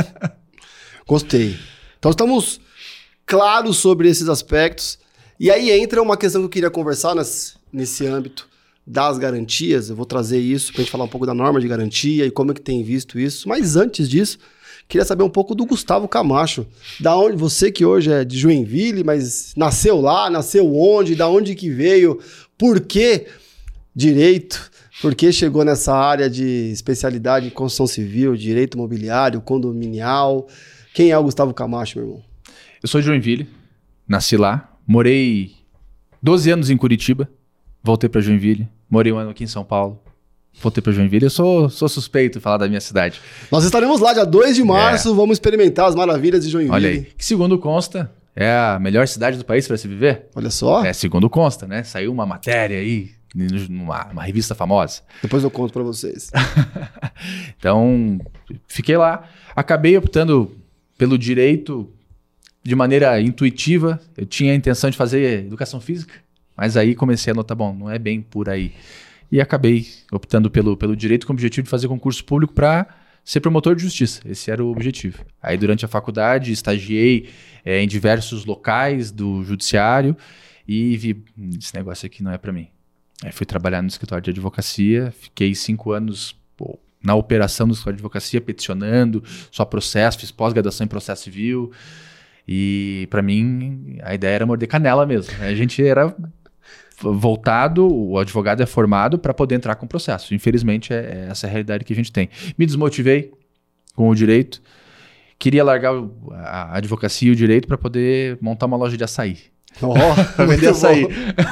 Gostei. Então estamos claros sobre esses aspectos. E aí entra uma questão que eu queria conversar nesse, nesse âmbito das garantias. Eu vou trazer isso para a gente falar um pouco da norma de garantia e como é que tem visto isso. Mas antes disso, queria saber um pouco do Gustavo Camacho. Da onde você que hoje é de Joinville, mas nasceu lá, nasceu onde, da onde que veio, por que direito, por que chegou nessa área de especialidade em construção civil, direito imobiliário, condominial. Quem é o Gustavo Camacho, meu irmão? Eu sou de Joinville, nasci lá, morei doze anos em Curitiba, voltei para Joinville, morei um ano aqui em São Paulo. Voltei para Joinville. Eu sou, sou suspeito de falar da minha cidade. Nós estaremos lá dia dois de março, é. Vamos experimentar as maravilhas de Joinville. Olha aí, que segundo consta, é a melhor cidade do país para se viver. Olha só. É, segundo consta, né? Saiu uma matéria aí, numa uma revista famosa. Depois eu conto para vocês. Então, fiquei lá. Acabei optando pelo direito de maneira intuitiva. Eu tinha a intenção de fazer educação física, mas aí comecei a notar, bom, não é bem por aí. E acabei optando pelo, pelo direito com o objetivo de fazer concurso público para ser promotor de justiça. Esse era o objetivo. Aí durante a faculdade estagiei é, em diversos locais do judiciário e vi, esse negócio aqui não é para mim. Aí fui trabalhar no escritório de advocacia, fiquei cinco anos pô, na operação do escritório de advocacia, peticionando, só processo, fiz pós-graduação em processo civil. E para mim a ideia era morder canela mesmo. A gente era voltado, o advogado é formado para poder entrar com processo. Infelizmente é, é essa a realidade que a gente tem. Me desmotivei com o direito, queria largar a advocacia e o direito para poder montar uma loja de açaí. Oh, para vender açaí.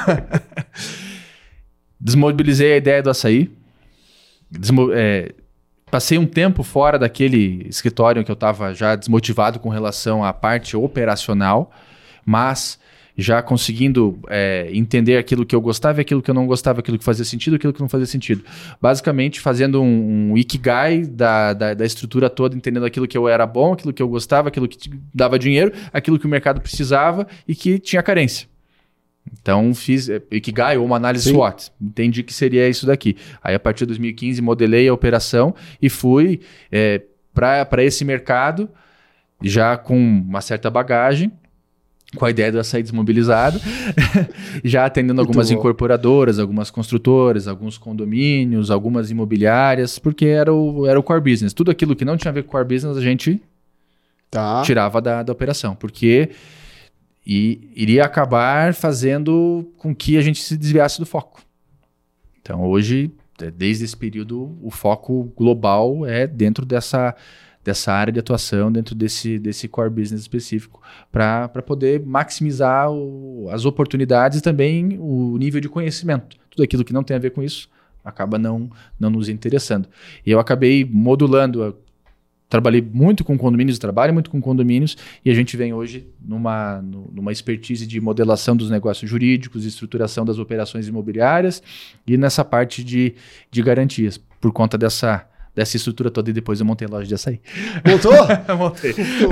Desmobilizei a ideia do açaí. Desmo é, passei um tempo fora daquele escritório que eu estava já desmotivado com relação à parte operacional, mas já conseguindo é, entender aquilo que eu gostava, aquilo que eu não gostava, aquilo que fazia sentido, aquilo que não fazia sentido. Basicamente fazendo um, um ikigai da, da, da estrutura toda, entendendo aquilo que eu era bom, aquilo que eu gostava, aquilo que dava dinheiro, aquilo que o mercado precisava e que tinha carência. Então fiz é, ikigai ou uma análise Sim. SWOT. Entendi que seria isso daqui. Aí a partir de dois mil e quinze modelei a operação e fui é, para esse mercado já com uma certa bagagem, com a ideia do açaí desmobilizado, já atendendo Muito algumas bom. incorporadoras, algumas construtoras, alguns condomínios, algumas imobiliárias, porque era o, era o core business. Tudo aquilo que não tinha a ver com core business, a gente tá. tirava da, da operação, porque e, iria acabar fazendo com que a gente se desviasse do foco. Então, hoje, desde esse período, o foco global é dentro dessa... dessa área de atuação, dentro desse, desse core business específico, para poder maximizar o, as oportunidades e também o nível de conhecimento. Tudo aquilo que não tem a ver com isso acaba não, não nos interessando. E eu acabei modulando, eu trabalhei muito com condomínios, trabalho muito com condomínios, e a gente vem hoje numa, numa expertise de modelação dos negócios jurídicos, estruturação das operações imobiliárias e nessa parte de, de garantias, por conta dessa... dessa estrutura toda, e depois eu montei a loja de açaí. Montou? Montei.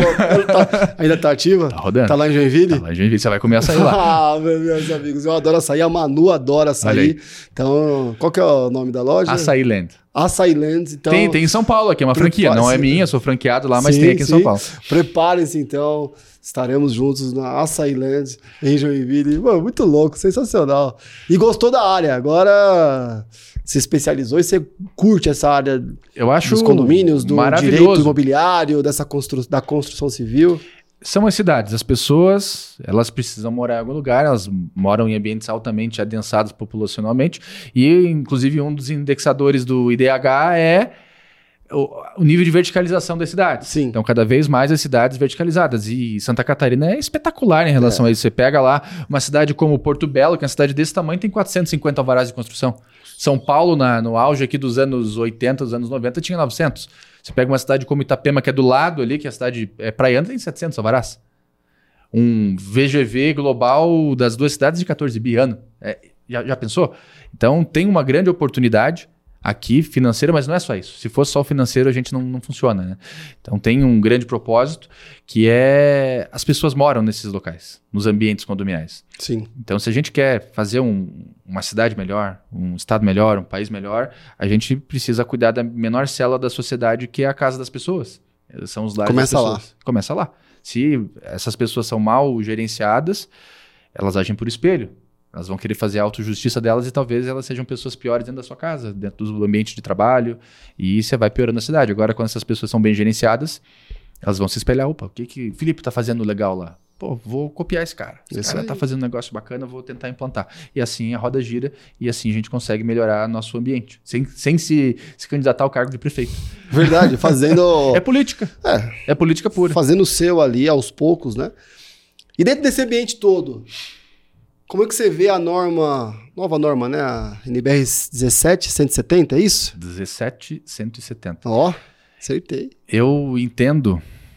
Tá, ainda tá ativa? Tá rodando. Tá lá em Joinville? Tá lá em Joinville, você vai comer açaí lá. Ah, meus amigos, eu adoro açaí, a Manu adora açaí. Então, qual que é o nome da loja? Açaí Land. Açaí Land, então... Tem, tem em São Paulo aqui, é uma franquia, não é minha, sou franqueado lá, mas sim, tem aqui em São Paulo. Preparem-se então, estaremos juntos na Açaí Land, em Joinville. Mano, muito louco, sensacional. E gostou da área, agora... se especializou e você curte essa área eu acho dos condomínios, do direito imobiliário, dessa constru da construção civil? São as cidades. As pessoas, elas precisam morar em algum lugar, elas moram em ambientes altamente adensados populacionalmente e, inclusive, um dos indexadores do I D H é o, o nível de verticalização das cidades. Sim. Então, cada vez mais as cidades verticalizadas. E Santa Catarina é espetacular em relação é. a isso. Você pega lá uma cidade como Porto Belo, que é uma cidade desse tamanho, tem quatrocentos e cinquenta alvarás de construção. São Paulo, na, no auge aqui dos anos oitenta, dos anos noventa, tinha novecentos. Você pega uma cidade como Itapema, que é do lado ali, que é a cidade é, praiana, tem setecentos alvarás. Um V G V global das duas cidades de quatorze bi ano. É, já, já pensou? Então, tem uma grande oportunidade aqui financeira, mas não é só isso. Se fosse só o financeiro, a gente não, não funciona, né? Então, tem um grande propósito, que é... as pessoas moram nesses locais, nos ambientes condominiais. Sim. Então, se a gente quer fazer um, uma cidade melhor, um estado melhor, um país melhor, a gente precisa cuidar da menor célula da sociedade, que é a casa das pessoas. São os lares Começa das pessoas. lá. Começa lá. Se essas pessoas são mal gerenciadas, elas agem por espelho. Elas vão querer fazer a autojustiça delas e talvez elas sejam pessoas piores dentro da sua casa, dentro do ambiente de trabalho, e você vai piorando a cidade. Agora, quando essas pessoas são bem gerenciadas, elas vão se espelhar. Opa, o que que o Felipe tá fazendo legal lá? Pô, vou copiar esse cara. Esse Isso cara aí. tá fazendo um negócio bacana, vou tentar implantar. E assim a roda gira e assim a gente consegue melhorar nosso ambiente, sem, sem se, se candidatar ao cargo de prefeito. Verdade, fazendo... é política. É. É política pura. Fazendo o seu ali, aos poucos, né? E dentro desse ambiente todo... Como é que você vê a norma, nova norma, né? A N B R dezessete cento e setenta, é isso? dezessete cento e setenta. Ó, oh, acertei. Eu entendo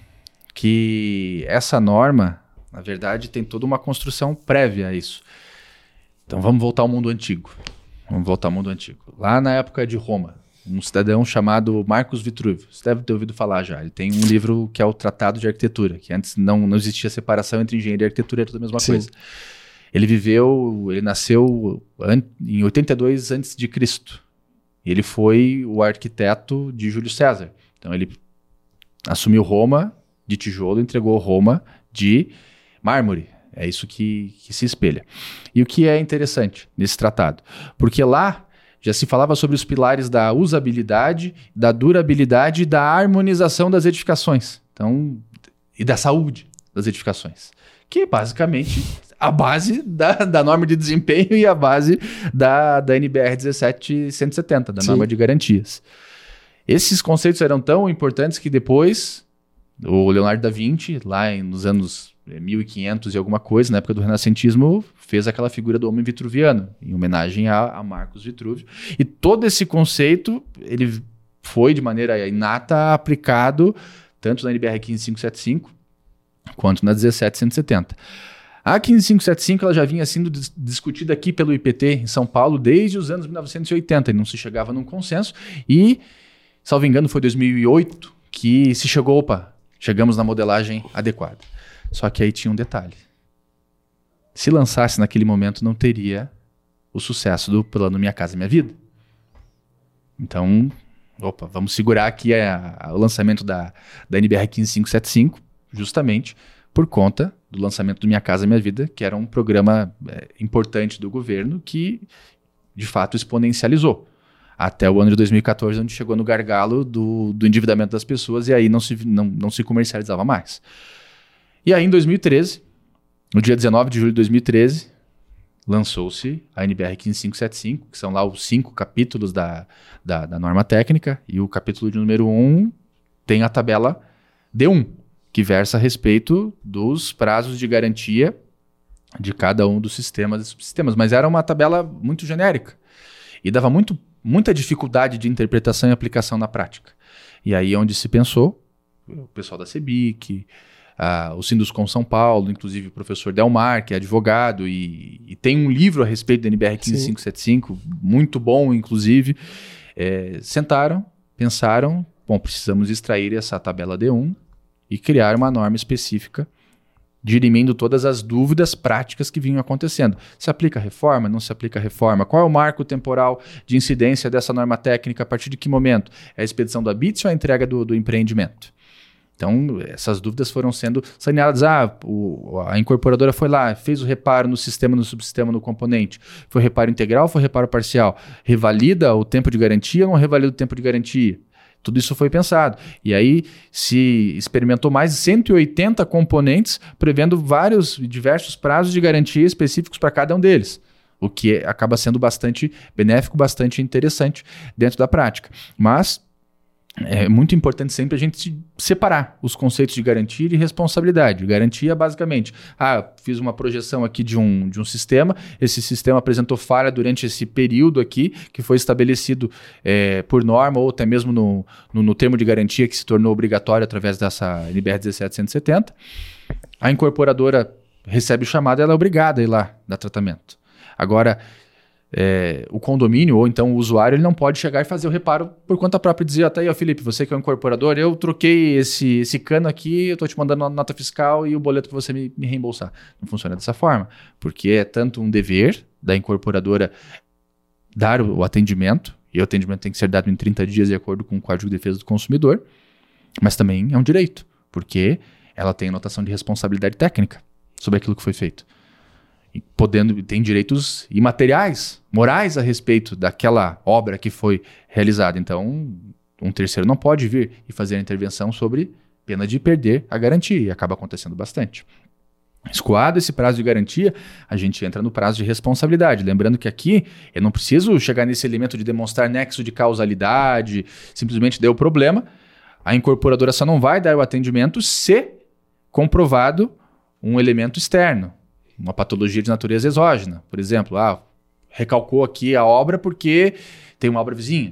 que essa norma, na verdade, tem toda uma construção prévia a isso. Então vamos voltar ao mundo antigo. Vamos voltar ao mundo antigo. Lá na época de Roma, um cidadão chamado Marcus Vitruvio. Você deve ter ouvido falar já. Ele tem um livro que é o Tratado de Arquitetura, que antes não, não existia separação entre engenharia e arquitetura, era tudo a mesma Sim. coisa. Ele viveu, ele nasceu em oitenta e dois antes de Cristo. Ele foi o arquiteto de Júlio César. Então ele assumiu Roma de tijolo, entregou Roma de mármore. É isso que, que se espelha. E o que é interessante nesse tratado? Porque lá já se falava sobre os pilares da usabilidade, da durabilidade e da harmonização das edificações. Então, e da saúde das edificações. Que é basicamente a base da, da norma de desempenho e a base da, da N B R dezessete cento e setenta, da Sim. norma de garantias. Esses conceitos eram tão importantes que depois o Leonardo da Vinci, lá em, nos anos mil e quinhentos e alguma coisa, na época do renascentismo, fez aquela figura do homem vitruviano, em homenagem a, a Marcos Vitruvio. E todo esse conceito, ele foi de maneira inata aplicado tanto na N B R quinze mil quinhentos e setenta e cinco quanto na dezessete cento e setenta. A quinze mil quinhentos e setenta e cinco ela já vinha sendo dis- discutida aqui pelo I P T em São Paulo desde os anos mil novecentos e oitenta, e não se chegava num consenso. E, salvo engano, foi dois mil e oito que se chegou, opa, chegamos na modelagem adequada. Só que aí tinha um detalhe. Se lançasse naquele momento, não teria o sucesso do plano Minha Casa Minha Vida. Então, opa, vamos segurar aqui a, a, o lançamento da, da N B R quinze mil quinhentos e setenta e cinco, justamente por conta do lançamento do Minha Casa Minha Vida, que era um programa é, importante do governo que, de fato, exponencializou. Até o ano de dois mil e catorze, onde chegou no gargalo do, do endividamento das pessoas e aí não se, não, não se comercializava mais. E aí, em dois mil e treze, no dia dezenove de julho de dois mil e treze, lançou-se a N B R quinze mil quinhentos e setenta e cinco, que são lá os cinco capítulos da, da, da norma técnica, e o capítulo de número um tem a tabela D um, que versa a respeito dos prazos de garantia de cada um dos sistemas e subsistemas. Mas era uma tabela muito genérica e dava muito, muita dificuldade de interpretação e aplicação na prática. E aí onde se pensou, o pessoal da CEBIC, Uh, o Sinduscom São Paulo, inclusive o professor Delmar, que é advogado, e, e tem um livro a respeito da N B R quinze mil quinhentos e setenta e cinco, muito bom, inclusive. É, sentaram, pensaram, bom, precisamos extrair essa tabela D um e criar uma norma específica, dirimindo todas as dúvidas práticas que vinham acontecendo. Se aplica a reforma? Não se aplica a reforma? Qual é o marco temporal de incidência dessa norma técnica? A partir de que momento? É a expedição do habite ou a entrega do, do empreendimento? Então, essas dúvidas foram sendo saneadas. Ah, o, a incorporadora foi lá, fez o reparo no sistema, no subsistema, no componente. Foi reparo integral ou foi reparo parcial? Revalida o tempo de garantia ou não revalida o tempo de garantia? Tudo isso foi pensado. E aí se experimentou mais de cento e oitenta componentes, prevendo vários e diversos prazos de garantia específicos para cada um deles. O que acaba sendo bastante benéfico, bastante interessante dentro da prática. Mas é muito importante sempre a gente separar os conceitos de garantia e responsabilidade. Garantia, basicamente, ah, fiz uma projeção aqui de um, de um sistema, esse sistema apresentou falha durante esse período aqui, que foi estabelecido é, por norma ou até mesmo no, no, no termo de garantia que se tornou obrigatório através dessa N B R dezessete cento e setenta. A incorporadora recebe o chamado, ela é obrigada a ir lá dar tratamento. Agora, É, o condomínio ou então o usuário ele não pode chegar e fazer o reparo por conta própria e dizer, até aí, ó, Felipe, você que é um incorporador, eu troquei esse, esse cano aqui, eu estou te mandando uma nota fiscal e o boleto para você me, me reembolsar. Não funciona dessa forma, porque é tanto um dever da incorporadora dar o, o atendimento, e o atendimento tem que ser dado em trinta dias de acordo com o Código de Defesa do Consumidor, mas também é um direito, porque ela tem anotação de responsabilidade técnica sobre aquilo que foi feito. Podendo, tem direitos imateriais, morais a respeito daquela obra que foi realizada. Então, um terceiro não pode vir e fazer a intervenção sobre pena de perder a garantia, e acaba acontecendo bastante. Escoado esse prazo de garantia, a gente entra no prazo de responsabilidade. Lembrando que aqui eu não preciso chegar nesse elemento de demonstrar nexo de causalidade, simplesmente deu problema. A incorporadora só não vai dar o atendimento se comprovado um elemento externo. uma patologia de natureza exógena. Por exemplo, ah, recalcou aqui a obra porque tem uma obra vizinha.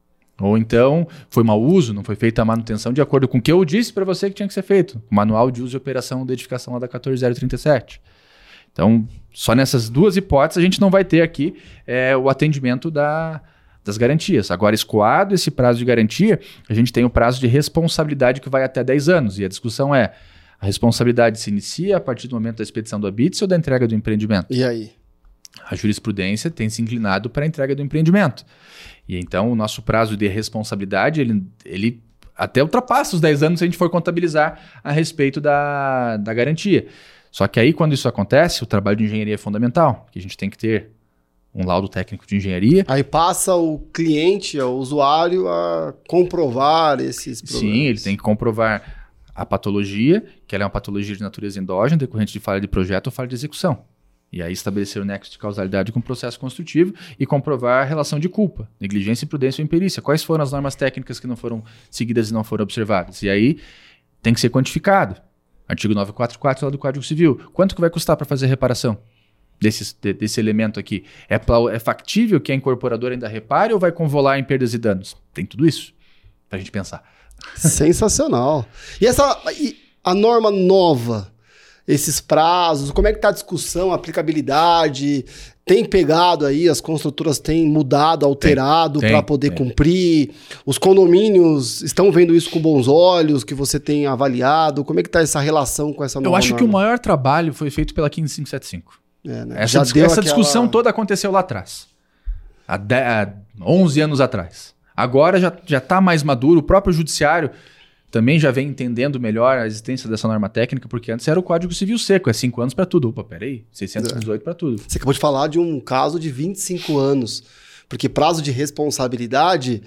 Ou então, foi mau uso, não foi feita a manutenção de acordo com o que eu disse para você que tinha que ser feito. O manual de uso e operação de edificação lá da quatorze mil trinta e sete. Então, só nessas duas hipóteses a gente não vai ter aqui é, o atendimento da, das garantias. Agora, escoado esse prazo de garantia, a gente tem o prazo de responsabilidade que vai até dez anos. E a discussão é, a responsabilidade se inicia a partir do momento da expedição do habite ou da entrega do empreendimento? E aí? A jurisprudência tem se inclinado para a entrega do empreendimento. E então o nosso prazo de responsabilidade, ele, ele até ultrapassa os dez anos se a gente for contabilizar a respeito da, da garantia. Só que aí, quando isso acontece, o trabalho de engenharia é fundamental, que a gente tem que ter um laudo técnico de engenharia. Aí passa o cliente, o usuário, a comprovar esses problemas. Sim, ele tem que comprovar a patologia, que ela é uma patologia de natureza endógena, decorrente de falha de projeto ou falha de execução. E aí estabelecer o nexo de causalidade com o processo construtivo e comprovar a relação de culpa, negligência, imprudência ou imperícia. Quais foram as normas técnicas que não foram seguidas e não foram observadas? E aí tem que ser quantificado. Artigo novecentos e quarenta e quatro lá do Código Civil. Quanto que vai custar para fazer a reparação desse, de, desse elemento aqui? É, é factível que a incorporadora ainda repare ou vai convolar em perdas e danos? Tem tudo isso para a gente pensar. Sensacional. E essa e a norma nova? Esses prazos, como é que está a discussão, a aplicabilidade, tem pegado aí, as construtoras têm mudado, alterado para poder tem. cumprir, os condomínios estão vendo isso com bons olhos, que você tem avaliado, como é que está essa relação com essa nova Eu acho norma? que o maior trabalho foi feito pela quinze mil quinhentos e setenta e cinco. É, né? Essa, dis- essa aquela... discussão toda aconteceu lá atrás, há, de, há onze anos atrás. Agora já está mais maduro, o próprio judiciário também já vem entendendo melhor a existência dessa norma técnica, porque antes era o Código Civil seco, é cinco anos para tudo. Opa, peraí, seiscentos e dezoito para tudo. Você acabou de falar de um caso de vinte e cinco anos, porque prazo de responsabilidade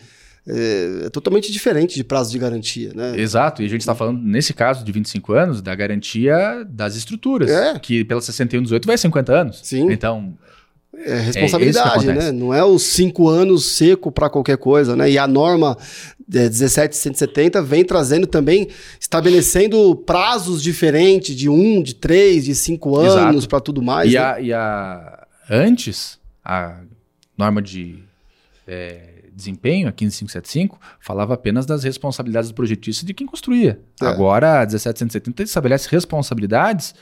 é, é totalmente diferente de prazo de garantia, né? Exato, e a gente está falando, nesse caso de vinte e cinco anos, da garantia das estruturas, é. que pela sessenta e um dezoito vai cinquenta anos. Sim. Então... É responsabilidade, é né? Não é os cinco anos seco para qualquer coisa, né? E a norma é, dezessete mil cento e setenta vem trazendo também, estabelecendo prazos diferentes de um, de três, de cinco anos para tudo mais. E, né? a, e a antes, a norma de é, desempenho, a quinze mil quinhentos e setenta e cinco, falava apenas das responsabilidades do projetista e de quem construía. É. Agora, a dezessete mil cento e setenta estabelece responsabilidades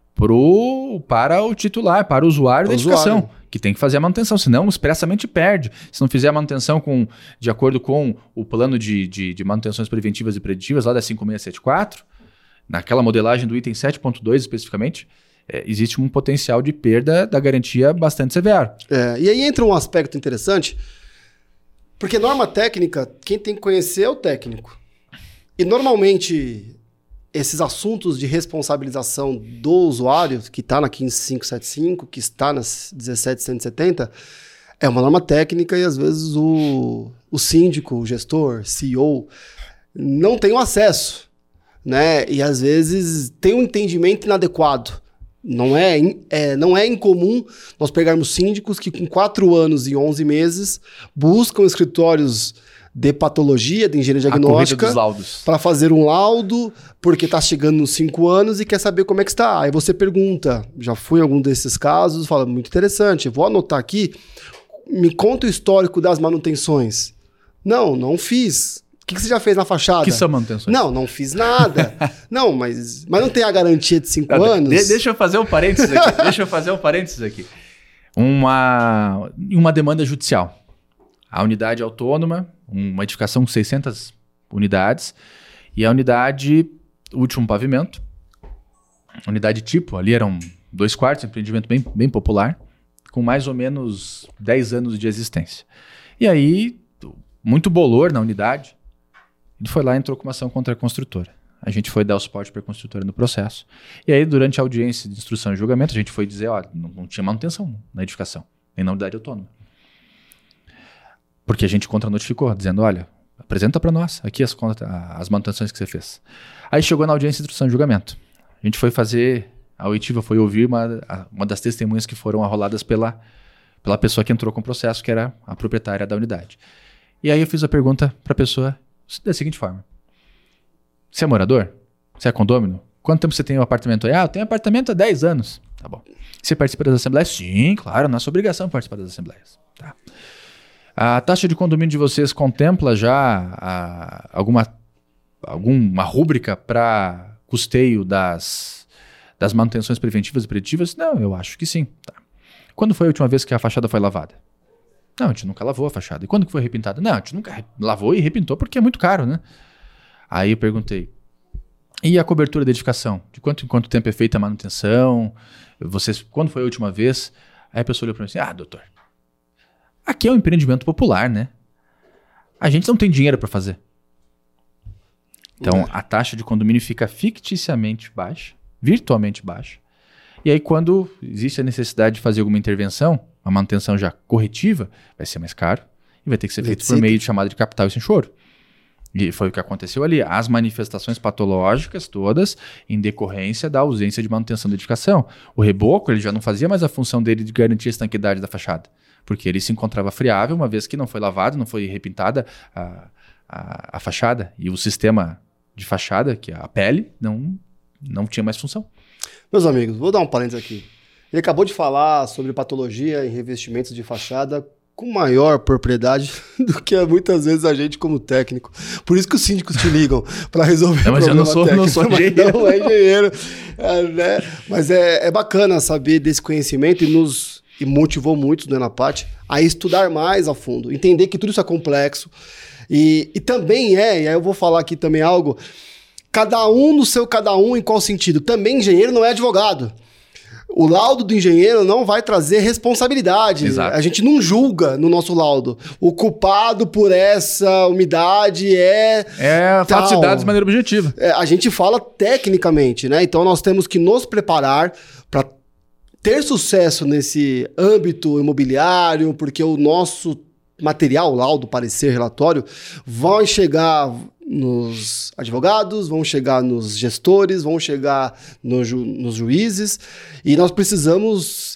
pro, para o titular, para o usuário da edificação. Usuário. Que tem que fazer a manutenção, senão expressamente perde. Se não fizer a manutenção com, de acordo com o plano de, de, de manutenções preventivas e preditivas lá da cinco mil seiscentos e setenta e quatro, naquela modelagem do item sete ponto dois especificamente, é, existe um potencial de perda da garantia bastante severo. É, e aí entra um aspecto interessante, porque norma técnica, quem tem que conhecer é o técnico. E normalmente... esses assuntos de responsabilização do usuário, que está na quinze mil quinhentos e setenta e cinco, que está na dezessete mil cento e setenta, é uma norma técnica e às vezes o, o síndico, o gestor, C E O, não tem o acesso, né? E às vezes tem um entendimento inadequado. Não é, é, não é incomum nós pegarmos síndicos que com quatro anos e onze meses buscam escritórios de patologia, de engenharia diagnóstica, para fazer um laudo, porque está chegando nos cinco anos e quer saber como é que está. Aí você pergunta, já fui em algum desses casos, fala, muito interessante, vou anotar aqui, me conta o histórico das manutenções. Não, não fiz. O que, que você já fez na fachada? Que são manutenções? Não, não fiz nada. Não, mas, mas não tem a garantia de cinco não, anos? De, deixa eu fazer um parênteses aqui. deixa eu fazer um parênteses aqui. Uma, uma demanda judicial. A unidade autônoma, uma edificação com seiscentas unidades, e a unidade, último pavimento, unidade tipo, ali eram dois quartos, empreendimento bem, bem popular, com mais ou menos dez anos de existência. E aí, muito bolor na unidade, ele foi lá e entrou com uma ação contra a construtora. A gente foi dar o suporte para a construtora no processo. E aí, durante a audiência de instrução e julgamento, a gente foi dizer, ó, não, não tinha manutenção na edificação, nem na unidade autônoma. Porque a gente contra-notificou, dizendo, olha, apresenta para nós aqui as, as manutenções que você fez. Aí chegou na audiência de instrução e julgamento. A gente foi fazer, a oitiva foi ouvir uma, uma das testemunhas que foram arroladas pela, pela pessoa que entrou com o processo, que era a proprietária da unidade. E aí eu fiz a pergunta para a pessoa da seguinte forma. Você é morador? Você é condômino? Quanto tempo você tem o apartamento aí? Ah, eu tenho apartamento há dez anos. Tá bom. Você participa das assembleias? Sim, claro, nossa obrigação é participar das assembleias. Tá. A taxa de condomínio de vocês contempla já a, alguma, alguma rúbrica para custeio das, das manutenções preventivas e preditivas? Não, eu acho que sim. Tá. Quando foi a última vez que a fachada foi lavada? Não, a gente nunca lavou a fachada. E quando que foi repintada? Não, a gente nunca lavou e repintou porque é muito caro, né? Aí eu perguntei, e a cobertura da edificação? De quanto em quanto tempo é feita a manutenção? Vocês, quando foi a última vez? Aí a pessoa olhou para mim assim, ah, doutor, aqui é um empreendimento popular, né? A gente não tem dinheiro para fazer. Então, a taxa de condomínio fica ficticiamente baixa, virtualmente baixa. E aí, quando existe a necessidade de fazer alguma intervenção, uma manutenção já corretiva, vai ser mais caro e vai ter que ser feito por meio de chamada de capital e sem choro. E foi o que aconteceu ali. As manifestações patológicas todas em decorrência da ausência de manutenção da edificação. O reboco ele já não fazia mais a função dele de garantir a estanquidade da fachada, porque ele se encontrava friável uma vez que não foi lavado, não foi repintada a, a, a fachada. E o sistema de fachada, que é a pele, não, não tinha mais função. Meus amigos, vou dar um parênteses aqui. Ele acabou de falar sobre patologia em revestimentos de fachada com maior propriedade do que muitas vezes a gente como técnico. Por isso que os síndicos te ligam para resolver não, mas problema eu não sou, técnico. Não sou engenheiro. Não é engenheiro. É, né? Mas é, é bacana saber desse conhecimento e nos e motivou muito, Dona Paty, a estudar mais a fundo, entender que tudo isso é complexo. E, e também é, e aí eu vou falar aqui também algo, cada um no seu cada um em qual sentido? Também engenheiro não é advogado. O laudo do engenheiro não vai trazer responsabilidade. Exato. A gente não julga no nosso laudo. O culpado por essa umidade é... É fatos e dados de maneira objetiva. É, a gente fala tecnicamente, né? Então nós temos que nos preparar para ter sucesso nesse âmbito imobiliário, porque o nosso material, laudo, parecer, relatório, vai chegar nos advogados, vão chegar nos gestores, vão chegar no ju- nos juízes, e nós precisamos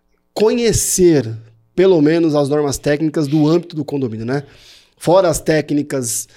conhecer, pelo menos, as normas técnicas do âmbito do condomínio, né? Fora as técnicas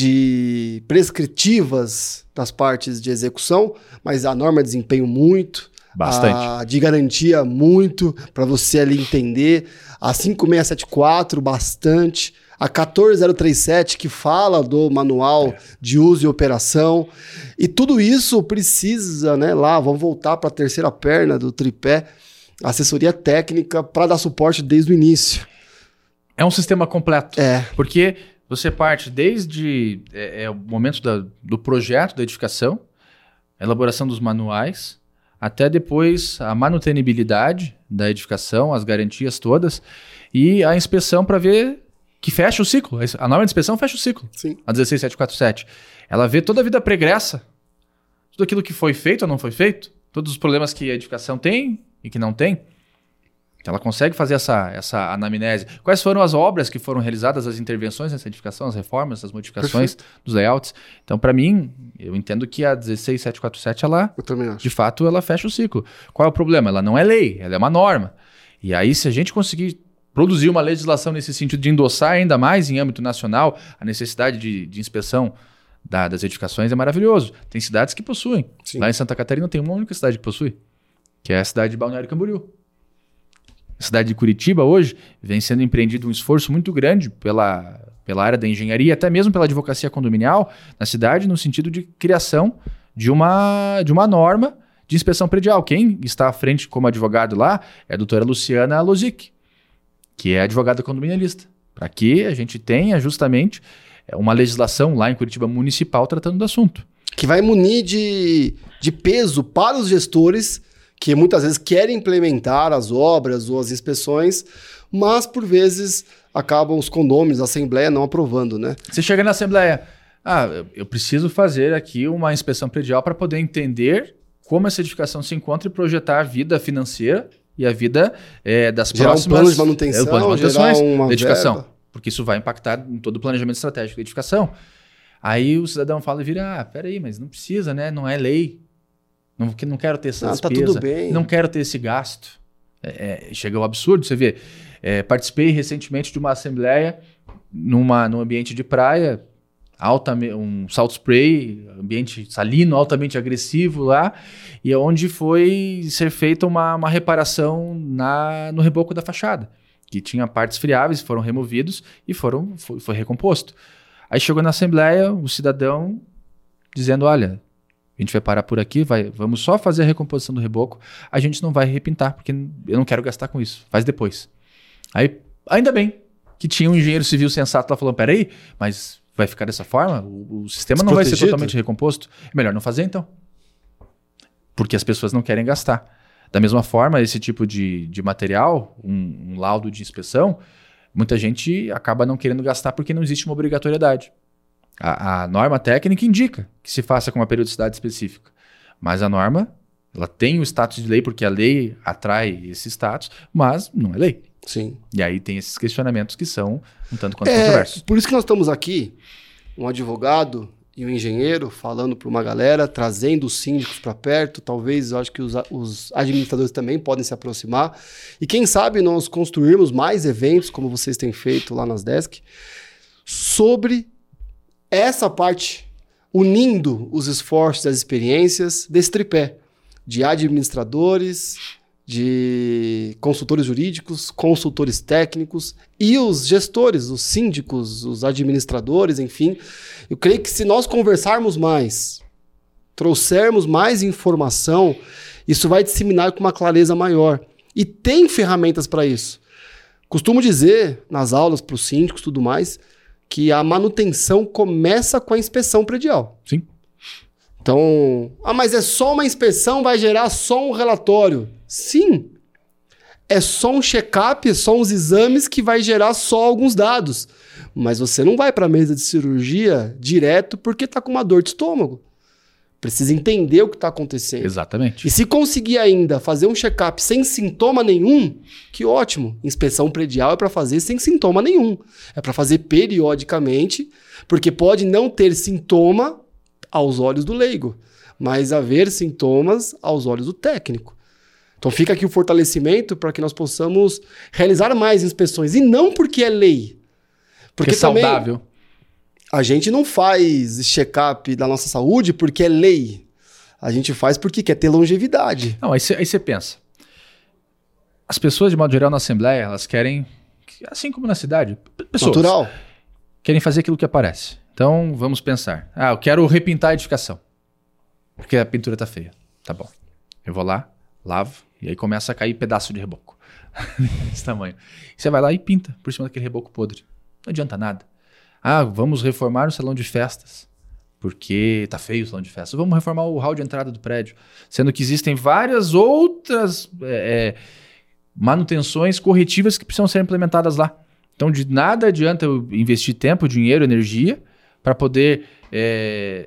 de prescritivas das partes de execução, mas a norma de desempenho muito, bastante. A de garantia muito, para você ali entender, a cinco seis sete quatro bastante, a quatorze zero trinta e sete, que fala do manual é. de uso e operação. E tudo isso precisa, né, lá, vamos voltar para a terceira perna do tripé, assessoria técnica para dar suporte desde o início. É um sistema completo. É. Porque você parte desde é, é, o momento da, do projeto da edificação, a elaboração dos manuais, até depois a manutenibilidade da edificação, as garantias todas, e a inspeção para ver que fecha o ciclo. A norma de inspeção fecha o ciclo. Sim. A dezesseis mil setecentos e quarenta e sete. Ela vê toda a vida pregressa. Tudo aquilo que foi feito ou não foi feito. Todos os problemas que a edificação tem e que não tem. Ela consegue fazer essa, essa anamnese. Quais foram as obras que foram realizadas, as intervenções nessa edificação, as reformas, as modificações Perfeito. dos layouts. Então, para mim, eu entendo que a dezesseis mil setecentos e quarenta e sete, ela, eu também acho. de fato, ela fecha o ciclo. Qual é o problema? Ela não é lei, ela é uma norma. E aí, se a gente conseguir produzir uma legislação nesse sentido de endossar ainda mais em âmbito nacional a necessidade de, de inspeção da, das edificações, é maravilhoso. Tem cidades que possuem. Sim. Lá em Santa Catarina tem uma única cidade que possui, que é a cidade de Balneário Camboriú. A cidade de Curitiba hoje vem sendo empreendido um esforço muito grande pela, pela área da engenharia, até mesmo pela advocacia condominial na cidade, no sentido de criação de uma, de uma norma de inspeção predial. Quem está à frente como advogado lá é a doutora Luciana Lozic, que é advogada condominialista, para que a gente tenha justamente uma legislação lá em Curitiba municipal tratando do assunto. Que vai munir de, de peso para os gestores que muitas vezes querem implementar as obras ou as inspeções, mas por vezes acabam os condôminos, a Assembleia não aprovando, né? Você chega na Assembleia, ah, eu preciso fazer aqui uma inspeção predial para poder entender como essa edificação se encontra e projetar a vida financeira e a vida é, das gerar próximas... um plano de manutenção, é, plano de gerar uma da edificação, verba. Porque isso vai impactar em todo o planejamento estratégico da edificação. Aí o cidadão fala e vira, ah, peraí, mas não precisa, né? Não é lei. Não, não quero ter essa ah, despesa, tá tudo bem. Não quero ter esse gasto. É, é, chega ao absurdo, você vê. É, participei recentemente de uma assembleia numa, num ambiente de praia, alta, um salt spray, ambiente salino, altamente agressivo lá, e onde foi ser feita uma, uma reparação na, no reboco da fachada, que tinha partes friáveis, foram removidos e foram, foi, foi recomposto. Aí chegou na Assembleia o cidadão dizendo, olha, a gente vai parar por aqui, vai, vamos só fazer a recomposição do reboco, a gente não vai repintar, porque eu não quero gastar com isso, faz depois. Aí, ainda bem que tinha um engenheiro civil sensato lá falando, peraí, mas vai ficar dessa forma? O, o sistema não vai ser totalmente recomposto? É melhor não fazer então. Porque as pessoas não querem gastar. Da mesma forma, esse tipo de, de material, um, um laudo de inspeção, muita gente acaba não querendo gastar porque não existe uma obrigatoriedade. A, a norma técnica indica que se faça com uma periodicidade específica. Mas a norma, ela tem o status de lei porque a lei atrai esse status, mas não é lei. Sim. E aí tem esses questionamentos que são um tanto quanto é, controversos. Por isso que nós estamos aqui, um advogado e um engenheiro falando para uma galera, trazendo os síndicos para perto, talvez eu acho que os, os administradores também podem se aproximar. E quem sabe nós construirmos mais eventos, como vocês têm feito lá nas Desk, sobre essa parte, unindo os esforços e as experiências desse tripé de administradores, de consultores jurídicos, consultores técnicos e os gestores, os síndicos, os administradores, enfim. Eu creio que se nós conversarmos mais, trouxermos mais informação, isso vai disseminar com uma clareza maior. E tem ferramentas para isso. Costumo dizer nas aulas para os síndicos e tudo mais, que a manutenção começa com a inspeção predial. Sim. Então, ah, mas é só uma inspeção, vai gerar só um relatório. Sim. É só um check-up, é só uns exames que vai gerar só alguns dados. Mas você não vai para a mesa de cirurgia direto porque está com uma dor de estômago. Precisa entender o que está acontecendo. Exatamente. E se conseguir ainda fazer um check-up sem sintoma nenhum, que ótimo. Inspeção predial é para fazer sem sintoma nenhum. É para fazer periodicamente, porque pode não ter sintoma aos olhos do leigo, mas haver sintomas aos olhos do técnico. Então fica aqui o fortalecimento para que nós possamos realizar mais inspeções. E não porque é lei. Porque é saudável. Também a gente não faz check-up da nossa saúde porque é lei. A gente faz porque quer ter longevidade. Não, aí você pensa. As pessoas, de modo geral, na Assembleia, elas querem, assim como na cidade, pessoas natural, querem fazer aquilo que aparece. Então, vamos pensar. Ah, eu quero repintar a edificação. Porque a pintura tá feia. Tá bom. Eu vou lá, lavo, e aí começa a cair pedaço de reboco. Desse tamanho. Você vai lá e pinta por cima daquele reboco podre. Não adianta nada. Ah, vamos reformar o salão de festas. Porque tá feio o salão de festas. Vamos reformar o hall de entrada do prédio. Sendo que existem várias outras é, manutenções corretivas que precisam ser implementadas lá. Então, de nada adianta eu investir tempo, dinheiro, energia para poder é,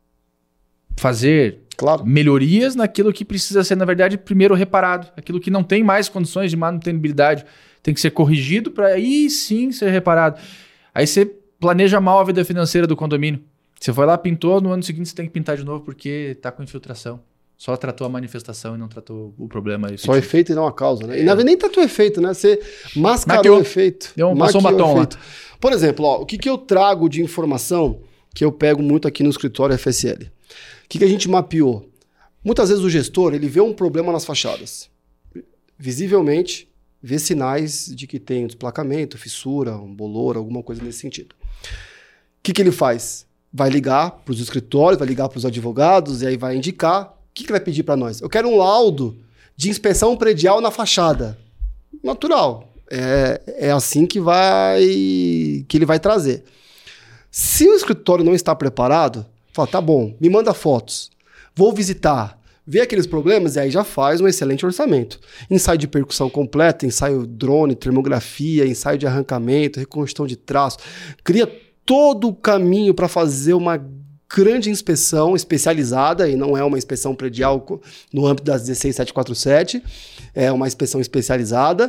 fazer claro. melhorias naquilo que precisa ser, na verdade, primeiro reparado. Aquilo que não tem mais condições de manutenibilidade tem que ser corrigido para aí sim ser reparado. Aí você planeja mal a vida financeira do condomínio. Você foi lá, pintou, no ano seguinte você tem que pintar de novo porque está com infiltração. Só tratou a manifestação e não tratou o problema. Efetivo. Só o efeito e não a causa, né? É. E na verdade nem tratou o efeito, né? Você mascarou o efeito. Deu um, passou um batom lá. Por exemplo, ó, o que, que eu trago de informação que eu pego muito aqui no escritório F S L? O que, que a gente mapeou? Muitas vezes o gestor ele vê um problema nas fachadas. Visivelmente, vê sinais de que tem um desplacamento, fissura, um bolor, alguma coisa nesse sentido. O que, que ele faz? Vai ligar para os escritórios, vai ligar para os advogados e aí vai indicar. O que, que vai pedir para nós? Eu quero um laudo de inspeção predial na fachada. Natural. É, é assim que, vai, que ele vai trazer. Se o escritório não está preparado, fala, tá bom, me manda fotos. Vou visitar, ver aqueles problemas e aí já faz um excelente orçamento. Ensaio de percussão completa, ensaio drone, termografia, ensaio de arrancamento, reconstrução de traço. Cria todo o caminho para fazer uma grande inspeção especializada, e não é uma inspeção predial no âmbito das dezesseis mil setecentos e quarenta e sete, é uma inspeção especializada.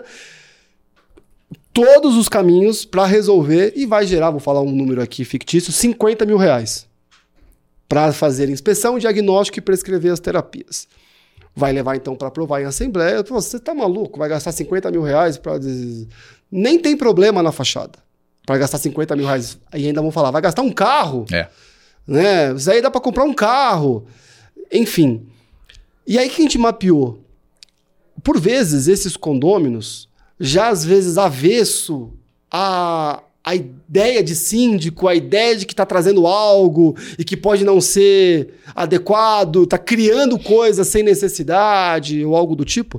Todos os caminhos para resolver, e vai gerar, vou falar um número aqui fictício, cinquenta mil reais para fazer inspeção, diagnóstico e prescrever as terapias. Vai levar então para aprovar em assembleia. Você tá maluco? Vai gastar cinquenta mil reais para... Nem tem problema na fachada. para gastar cinquenta mil reais. Aí ainda vão falar, vai gastar um carro? É. Né? Isso aí dá para comprar um carro. Enfim. E aí que a gente mapeou? Por vezes, esses condôminos, já às vezes avesso a, a ideia de síndico, a ideia de que está trazendo algo e que pode não ser adequado, está criando coisas sem necessidade ou algo do tipo,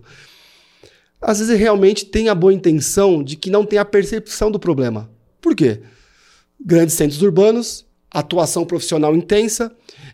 às vezes realmente tem a boa intenção de que não tem a percepção do problema. Por quê? Grandes centros urbanos, atuação profissional intensa,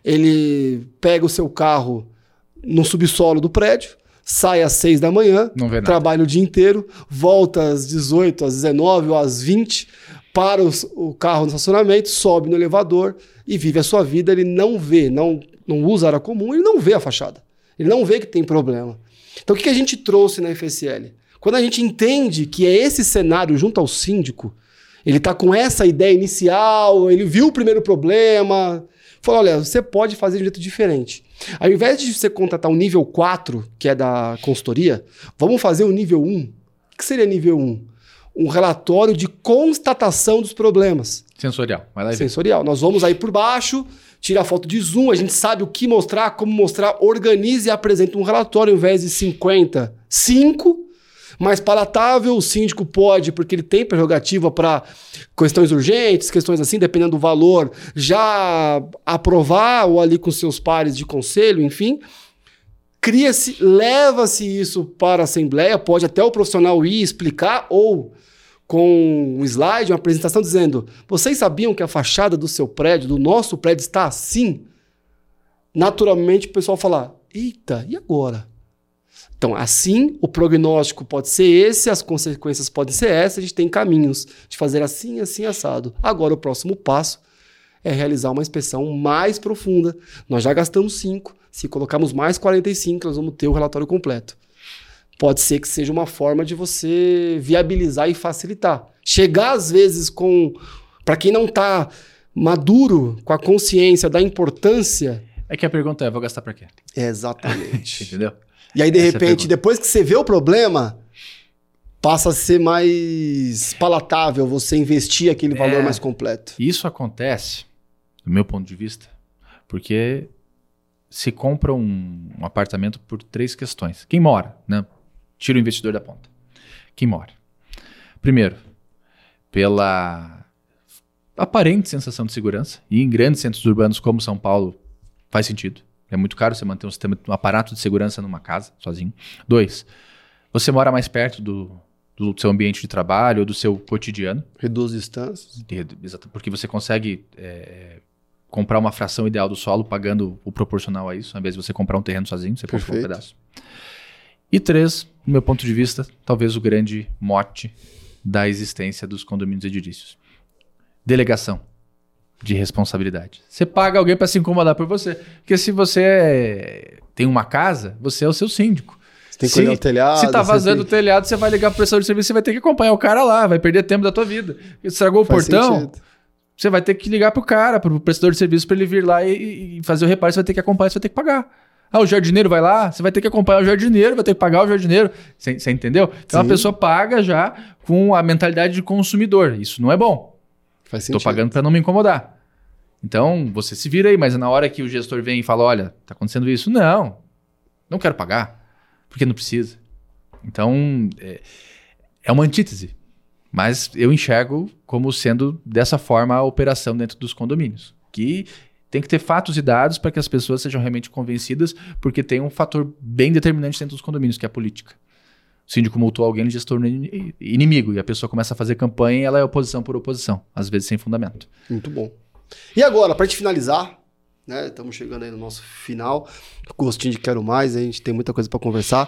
ele pega o seu carro no subsolo do prédio, sai às seis da manhã, trabalha o dia inteiro, volta às dezoito, às dezenove ou às vinte, para os, o carro no estacionamento, sobe no elevador e vive a sua vida. Ele não vê, não, não usa área comum, ele não vê a fachada. Ele não vê que tem problema. Então o que a gente trouxe na F S L? Quando a gente entende que é esse cenário junto ao síndico, ele está com essa ideia inicial, ele viu o primeiro problema, falou, olha, você pode fazer de um jeito diferente. Ao invés de você contratar o nível quatro, que é da consultoria, vamos fazer o nível um. O que seria nível um? Um relatório de constatação dos problemas. Sensorial. Vai lá e Sensorial. Vê. Nós vamos aí por baixo, tira a foto de zoom, a gente sabe o que mostrar, como mostrar, organiza e apresenta um relatório ao invés de cinquenta, cinco, mais palatável. O síndico pode, porque ele tem prerrogativa para questões urgentes, questões assim, dependendo do valor, já aprovar ou ali com seus pares de conselho, enfim. Cria-se, leva-se isso para a assembleia, pode até o profissional ir explicar ou com um slide, uma apresentação dizendo, vocês sabiam que a fachada do seu prédio, do nosso prédio está assim? Naturalmente o pessoal fala, eita, e agora? Então, assim, o prognóstico pode ser esse, as consequências podem ser essas, a gente tem caminhos de fazer assim, assim, assado. Agora, o próximo passo é realizar uma inspeção mais profunda. Nós já gastamos cinco, se colocarmos mais quarenta e cinco, nós vamos ter o relatório completo. Pode ser que seja uma forma de você viabilizar e facilitar. Chegar, às vezes, com... Para quem não está maduro com a consciência da importância... É que a pergunta é, vou gastar para quê? É, exatamente. Entendeu? E aí, de Essa repente, é depois que você vê o problema, passa a ser mais palatável você investir aquele valor é, mais completo. Isso acontece, do meu ponto de vista, porque se compra um, um apartamento por três questões. Quem mora, né? Tira o investidor da ponta. Quem mora? Primeiro, pela aparente sensação de segurança, e em grandes centros urbanos como São Paulo faz sentido. É muito caro você manter um sistema, um aparato de segurança numa casa, sozinho. Dois, você mora mais perto do, do seu ambiente de trabalho ou do seu cotidiano. Reduz distâncias. Exato, porque você consegue é, comprar uma fração ideal do solo pagando o proporcional a isso, ao invés de você comprar um terreno sozinho, você compra um pedaço. E três, do meu ponto de vista, talvez o grande mote da existência dos condomínios e edilícios. Delegação de responsabilidade. Você paga alguém para se incomodar por você. Porque se você tem uma casa, você é o seu síndico. Você tem que olhar o telhado. Se tá vazando tem... o telhado, você vai ligar pro prestador de serviço, você vai ter que acompanhar o cara lá, vai perder tempo da tua vida. Estragou Faz o portão, sentido. Você vai ter que ligar pro cara, pro prestador de serviço, para ele vir lá e, e fazer o reparo, você vai ter que acompanhar, você vai ter que pagar. Ah, o jardineiro vai lá, você vai ter que acompanhar o jardineiro, vai ter que pagar o jardineiro. Você, você entendeu? Então Sim. a pessoa paga já com a mentalidade de consumidor. Isso não é bom. Faz sentido. Tô pagando para não me incomodar. Então, você se vira aí, mas na hora que o gestor vem e fala, olha, tá acontecendo isso. Não, não quero pagar, porque não precisa. Então, é, é uma antítese. Mas eu enxergo como sendo dessa forma a operação dentro dos condomínios. Que tem que ter fatos e dados para que as pessoas sejam realmente convencidas, porque tem um fator bem determinante dentro dos condomínios, que é a política. O síndico multou alguém, ele gestor inimigo, e a pessoa começa a fazer campanha e ela é oposição por oposição, às vezes sem fundamento. Muito bom. E agora, para te finalizar, né? Estamos chegando aí no nosso final, gostinho de quero mais, a gente tem muita coisa para conversar.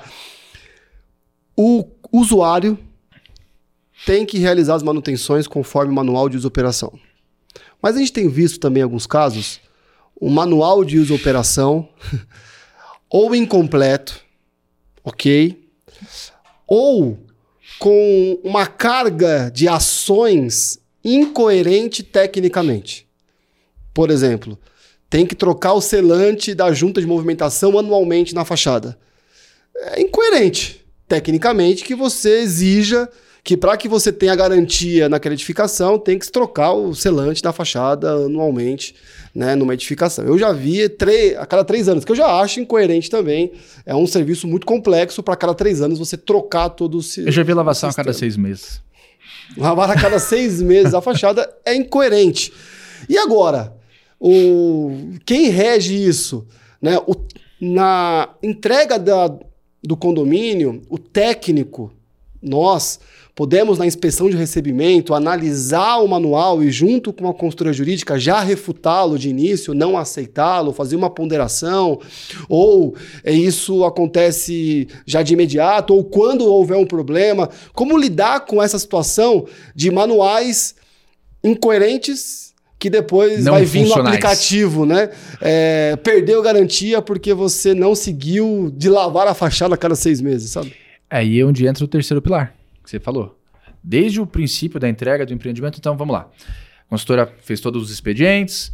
O usuário tem que realizar as manutenções conforme o manual de uso e operação. Mas a gente tem visto também em alguns casos um manual de uso e operação ou incompleto, ok? Ou com uma carga de ações incoerente tecnicamente. Por exemplo, tem que trocar o selante da junta de movimentação anualmente na fachada. É incoerente, tecnicamente, que você exija que para que você tenha garantia naquela edificação, tem que se trocar o selante da fachada anualmente, né, numa edificação. Eu já vi três, a cada três anos, que eu já acho incoerente também. É um serviço muito complexo para cada três anos você trocar todo o sistema. Eu já vi lavação a cada seis meses. Lavar a cada seis meses a fachada é incoerente. E agora, o, quem rege isso? Né, o, na entrega da, do condomínio, o técnico, nós podemos, na inspeção de recebimento, analisar o manual e, junto com a consultoria jurídica, já refutá-lo de início, não aceitá-lo, fazer uma ponderação, ou isso acontece já de imediato, ou quando houver um problema. Como lidar com essa situação de manuais incoerentes que depois não vai vir no aplicativo, né? É, perdeu garantia porque você não seguiu de lavar a fachada a cada seis meses, sabe? Aí é onde entra o terceiro pilar, que você falou. Desde o princípio da entrega do empreendimento, então vamos lá. A consultora fez todos os expedientes,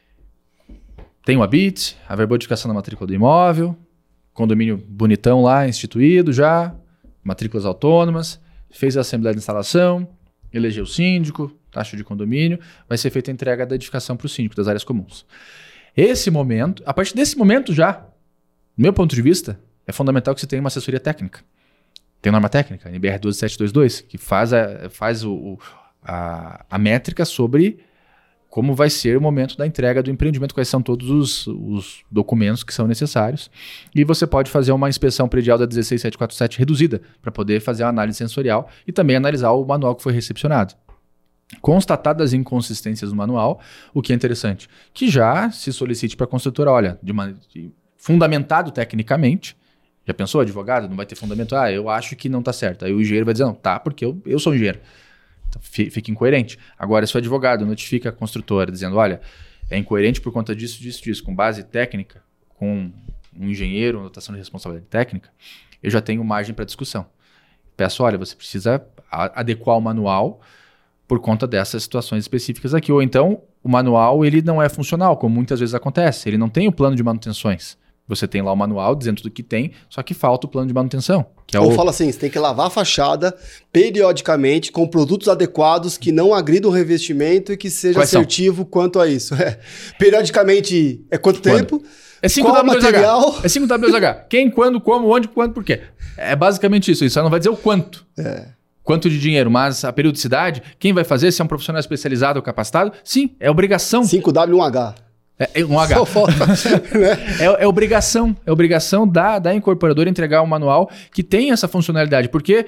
tem o habite, a verbodificação da matrícula do imóvel, condomínio bonitão lá, instituído já, matrículas autônomas, fez a assembleia de instalação, elegeu o síndico, taxa de condomínio, vai ser feita a entrega da edificação para o síndico das áreas comuns. Esse momento, a partir desse momento já, do meu ponto de vista, é fundamental que você tenha uma assessoria técnica. Tem norma técnica, N B R doze mil setecentos e vinte e dois, que faz, a, faz o, o, a, a métrica sobre como vai ser o momento da entrega do empreendimento, quais são todos os, os documentos que são necessários. E você pode fazer uma inspeção predial da dezesseis mil setecentos e quarenta e sete reduzida, para poder fazer a análise sensorial e também analisar o manual que foi recepcionado. Constatadas inconsistências no manual, o que é interessante, que já se solicite para a construtora, olha, de uma, de, fundamentado tecnicamente. Já pensou, advogado? Não vai ter fundamento? Ah, eu acho que não está certo. Aí o engenheiro vai dizer, não, tá, porque eu, eu sou engenheiro. Então, fica incoerente. Agora, se o advogado notifica a construtora dizendo, olha, é incoerente por conta disso, disso, disso, com base técnica, com um engenheiro, notação de responsabilidade técnica, eu já tenho margem para discussão. Peço, olha, você precisa adequar o manual por conta dessas situações específicas aqui. Ou então, o manual ele não é funcional, como muitas vezes acontece. Ele não tem o plano de manutenções. Você tem lá o manual dizendo tudo que tem, só que falta o plano de manutenção. Que é Ou o... fala assim, você tem que lavar a fachada periodicamente com produtos adequados que não agridam o revestimento e que seja Quais assertivo são? Quanto a isso. É. Periodicamente é quanto Quando? tempo? É cinco W dois H. É cinco W dois H. Quem, quando, como, onde, quando, por quê. É basicamente isso. Isso só não vai dizer o quanto. É. Quanto de dinheiro, mas a periodicidade, quem vai fazer? Se é um profissional especializado ou capacitado? Sim, é obrigação. cinco W um H. É, um H. Só falta, né? é, é obrigação, é obrigação da, da incorporadora entregar um manual que tem essa funcionalidade, porque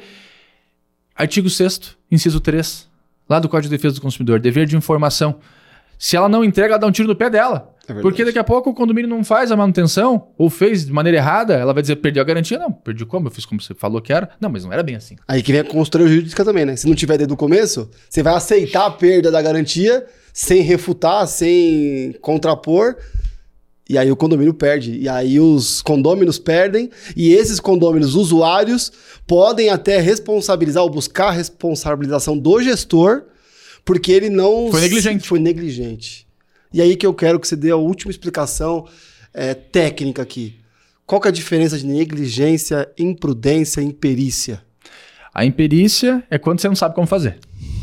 artigo sexto, inciso três, lá do Código de Defesa do Consumidor, dever de informação. Se ela não entrega, ela dá um tiro no pé dela. É porque daqui a pouco o condomínio não faz a manutenção, ou fez de maneira errada, ela vai dizer, perdeu a garantia. Não, perdi como? Eu fiz como você falou que era. Não, mas não era bem assim. Aí que vem a consultoria jurídica também, né? Se não tiver desde o começo, você vai aceitar a perda da garantia sem refutar, sem contrapor, e aí o condomínio perde. E aí os condôminos perdem, e esses condôminos usuários podem até responsabilizar ou buscar a responsabilização do gestor, porque ele não... Foi negligente. Foi negligente. E aí que eu quero que você dê a última explicação é, técnica aqui. Qual que é a diferença de negligência, imprudência e imperícia? A imperícia é quando você não sabe como fazer.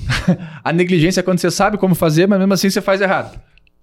A negligência é quando você sabe como fazer, mas mesmo assim você faz errado.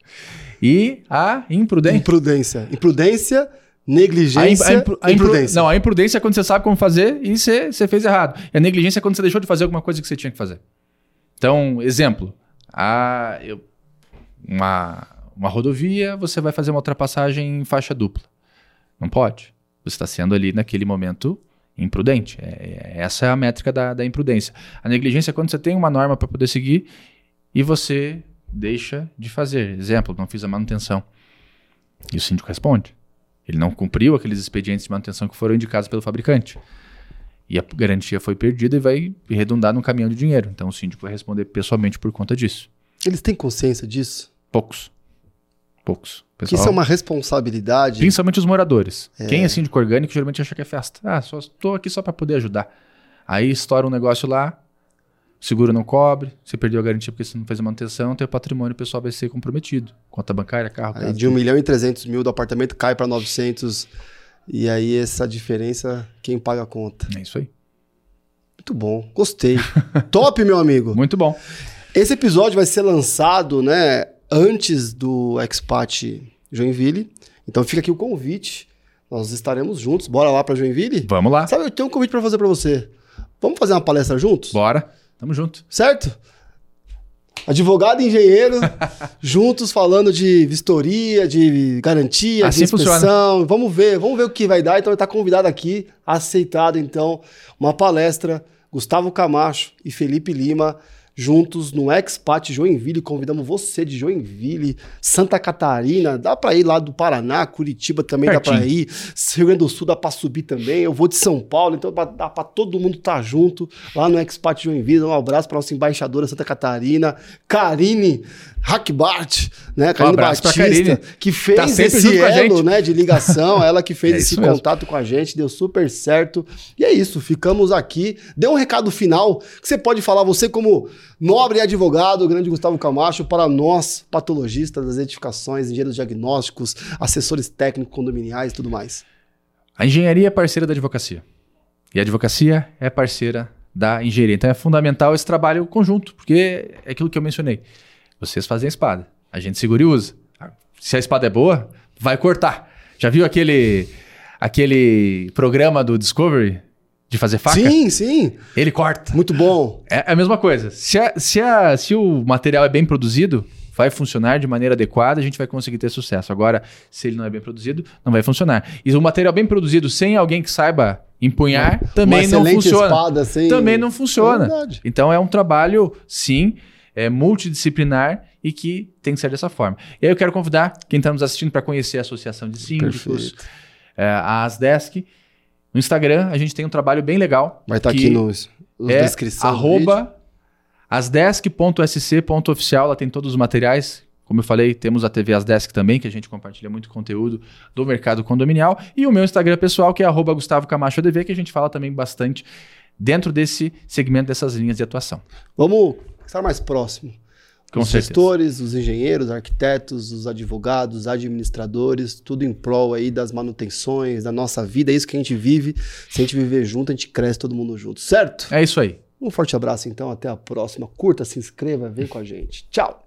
E a imprudência... Imprudência. Imprudência, negligência, a impru, a impru, imprudência. Não, a imprudência é quando você sabe como fazer e você, você fez errado. E a negligência é quando você deixou de fazer alguma coisa que você tinha que fazer. Então, exemplo. A, eu, uma, uma rodovia, você vai fazer uma ultrapassagem em faixa dupla. Não pode. Você está sendo ali, naquele momento... imprudente. É, essa é a métrica da, da imprudência. A negligência é quando você tem uma norma para poder seguir e você deixa de fazer. Exemplo, não fiz a manutenção. E o síndico responde. Ele não cumpriu aqueles expedientes de manutenção que foram indicados pelo fabricante. E a garantia foi perdida e vai redundar num caminhão de dinheiro. Então o síndico vai responder pessoalmente por conta disso. Eles têm consciência disso? Poucos. Poucos. Pessoal, isso é uma responsabilidade. Principalmente os moradores. É. Quem é síndico orgânico geralmente acha que é festa. Ah, só estou aqui só para poder ajudar. Aí estoura um negócio lá, o seguro não cobre, você perdeu a garantia porque você não fez a manutenção, teu patrimônio pessoal vai ser comprometido. Conta bancária, carro, aí casa. De um milhão e trezentos mil do apartamento cai para novecentos. E aí essa diferença, quem paga a conta? É isso aí. Muito bom, gostei. Top, meu amigo. Muito bom. Esse episódio vai ser lançado, né, antes do Expat Joinville. Então fica aqui o convite. Nós estaremos juntos. Bora lá para Joinville? Vamos lá. Sabe, eu tenho um convite para fazer para você. Vamos fazer uma palestra juntos? Bora. Tamo junto. Certo? Advogado e engenheiro, juntos falando de vistoria, de garantia, assim de inspeção. Funciona. Vamos ver, vamos ver o que vai dar. Então ele está convidado aqui, aceitado então, uma palestra. Gustavo Camacho e Felipe Lima, juntos no Expat Joinville. Convidamos você de Joinville, Santa Catarina, dá para ir lá do Paraná, Curitiba também Pertinho. Dá para ir, Rio Grande do Sul dá para subir também, eu vou de São Paulo, então dá para todo mundo estar tá junto lá no Expat Joinville. Um abraço para nossa embaixadora Santa Catarina, Karine Hackbart, né? Karine um Batista, Karine. Que fez tá esse elo, né, de ligação, ela que fez é esse contato mesmo. Com a gente, deu super certo. E é isso, ficamos aqui. Dê um recado final que você pode falar, você como nobre advogado, o grande Gustavo Camacho, para nós, patologistas das edificações, engenheiros diagnósticos, assessores técnicos condominiais e tudo mais. A engenharia é parceira da advocacia. E a advocacia é parceira da engenharia. Então é fundamental esse trabalho conjunto, porque é aquilo que eu mencionei. Vocês fazem a espada, a gente segura e usa. Se a espada é boa, vai cortar. Já viu aquele, aquele programa do Discovery de fazer faca? Sim, sim. Ele corta. Muito bom. É a mesma coisa. Se, a, se, a, se o material é bem produzido, vai funcionar de maneira adequada, a gente vai conseguir ter sucesso. Agora, se ele não é bem produzido, não vai funcionar. E o material bem produzido sem alguém que saiba empunhar, uma, também uma não funciona. Espada sem... Também não funciona. É então é um trabalho, sim, é multidisciplinar e que tem que ser dessa forma. E aí eu quero convidar quem está nos assistindo para conhecer a Associação de Síndicos, é, a Asdesk. No Instagram, a gente tem um trabalho bem legal. Vai estar tá aqui nos, nos é descrição arroba asdesk ponto s c ponto oficial. Lá tem todos os materiais. Como eu falei, temos a T V Asdesk também, que a gente compartilha muito conteúdo do mercado condominial. E o meu Instagram pessoal, que é arroba Gustavo Camacho A D V, que a gente fala também bastante dentro desse segmento, dessas linhas de atuação. Vamos estar mais próximo. Com os certeza. Gestores, os engenheiros, arquitetos, os advogados, administradores, tudo em prol aí das manutenções, da nossa vida. É isso que a gente vive. Se a gente viver junto, a gente cresce todo mundo junto, certo? É isso aí. Um forte abraço, então. Até a próxima. Curta, se inscreva, vem com a gente. Tchau!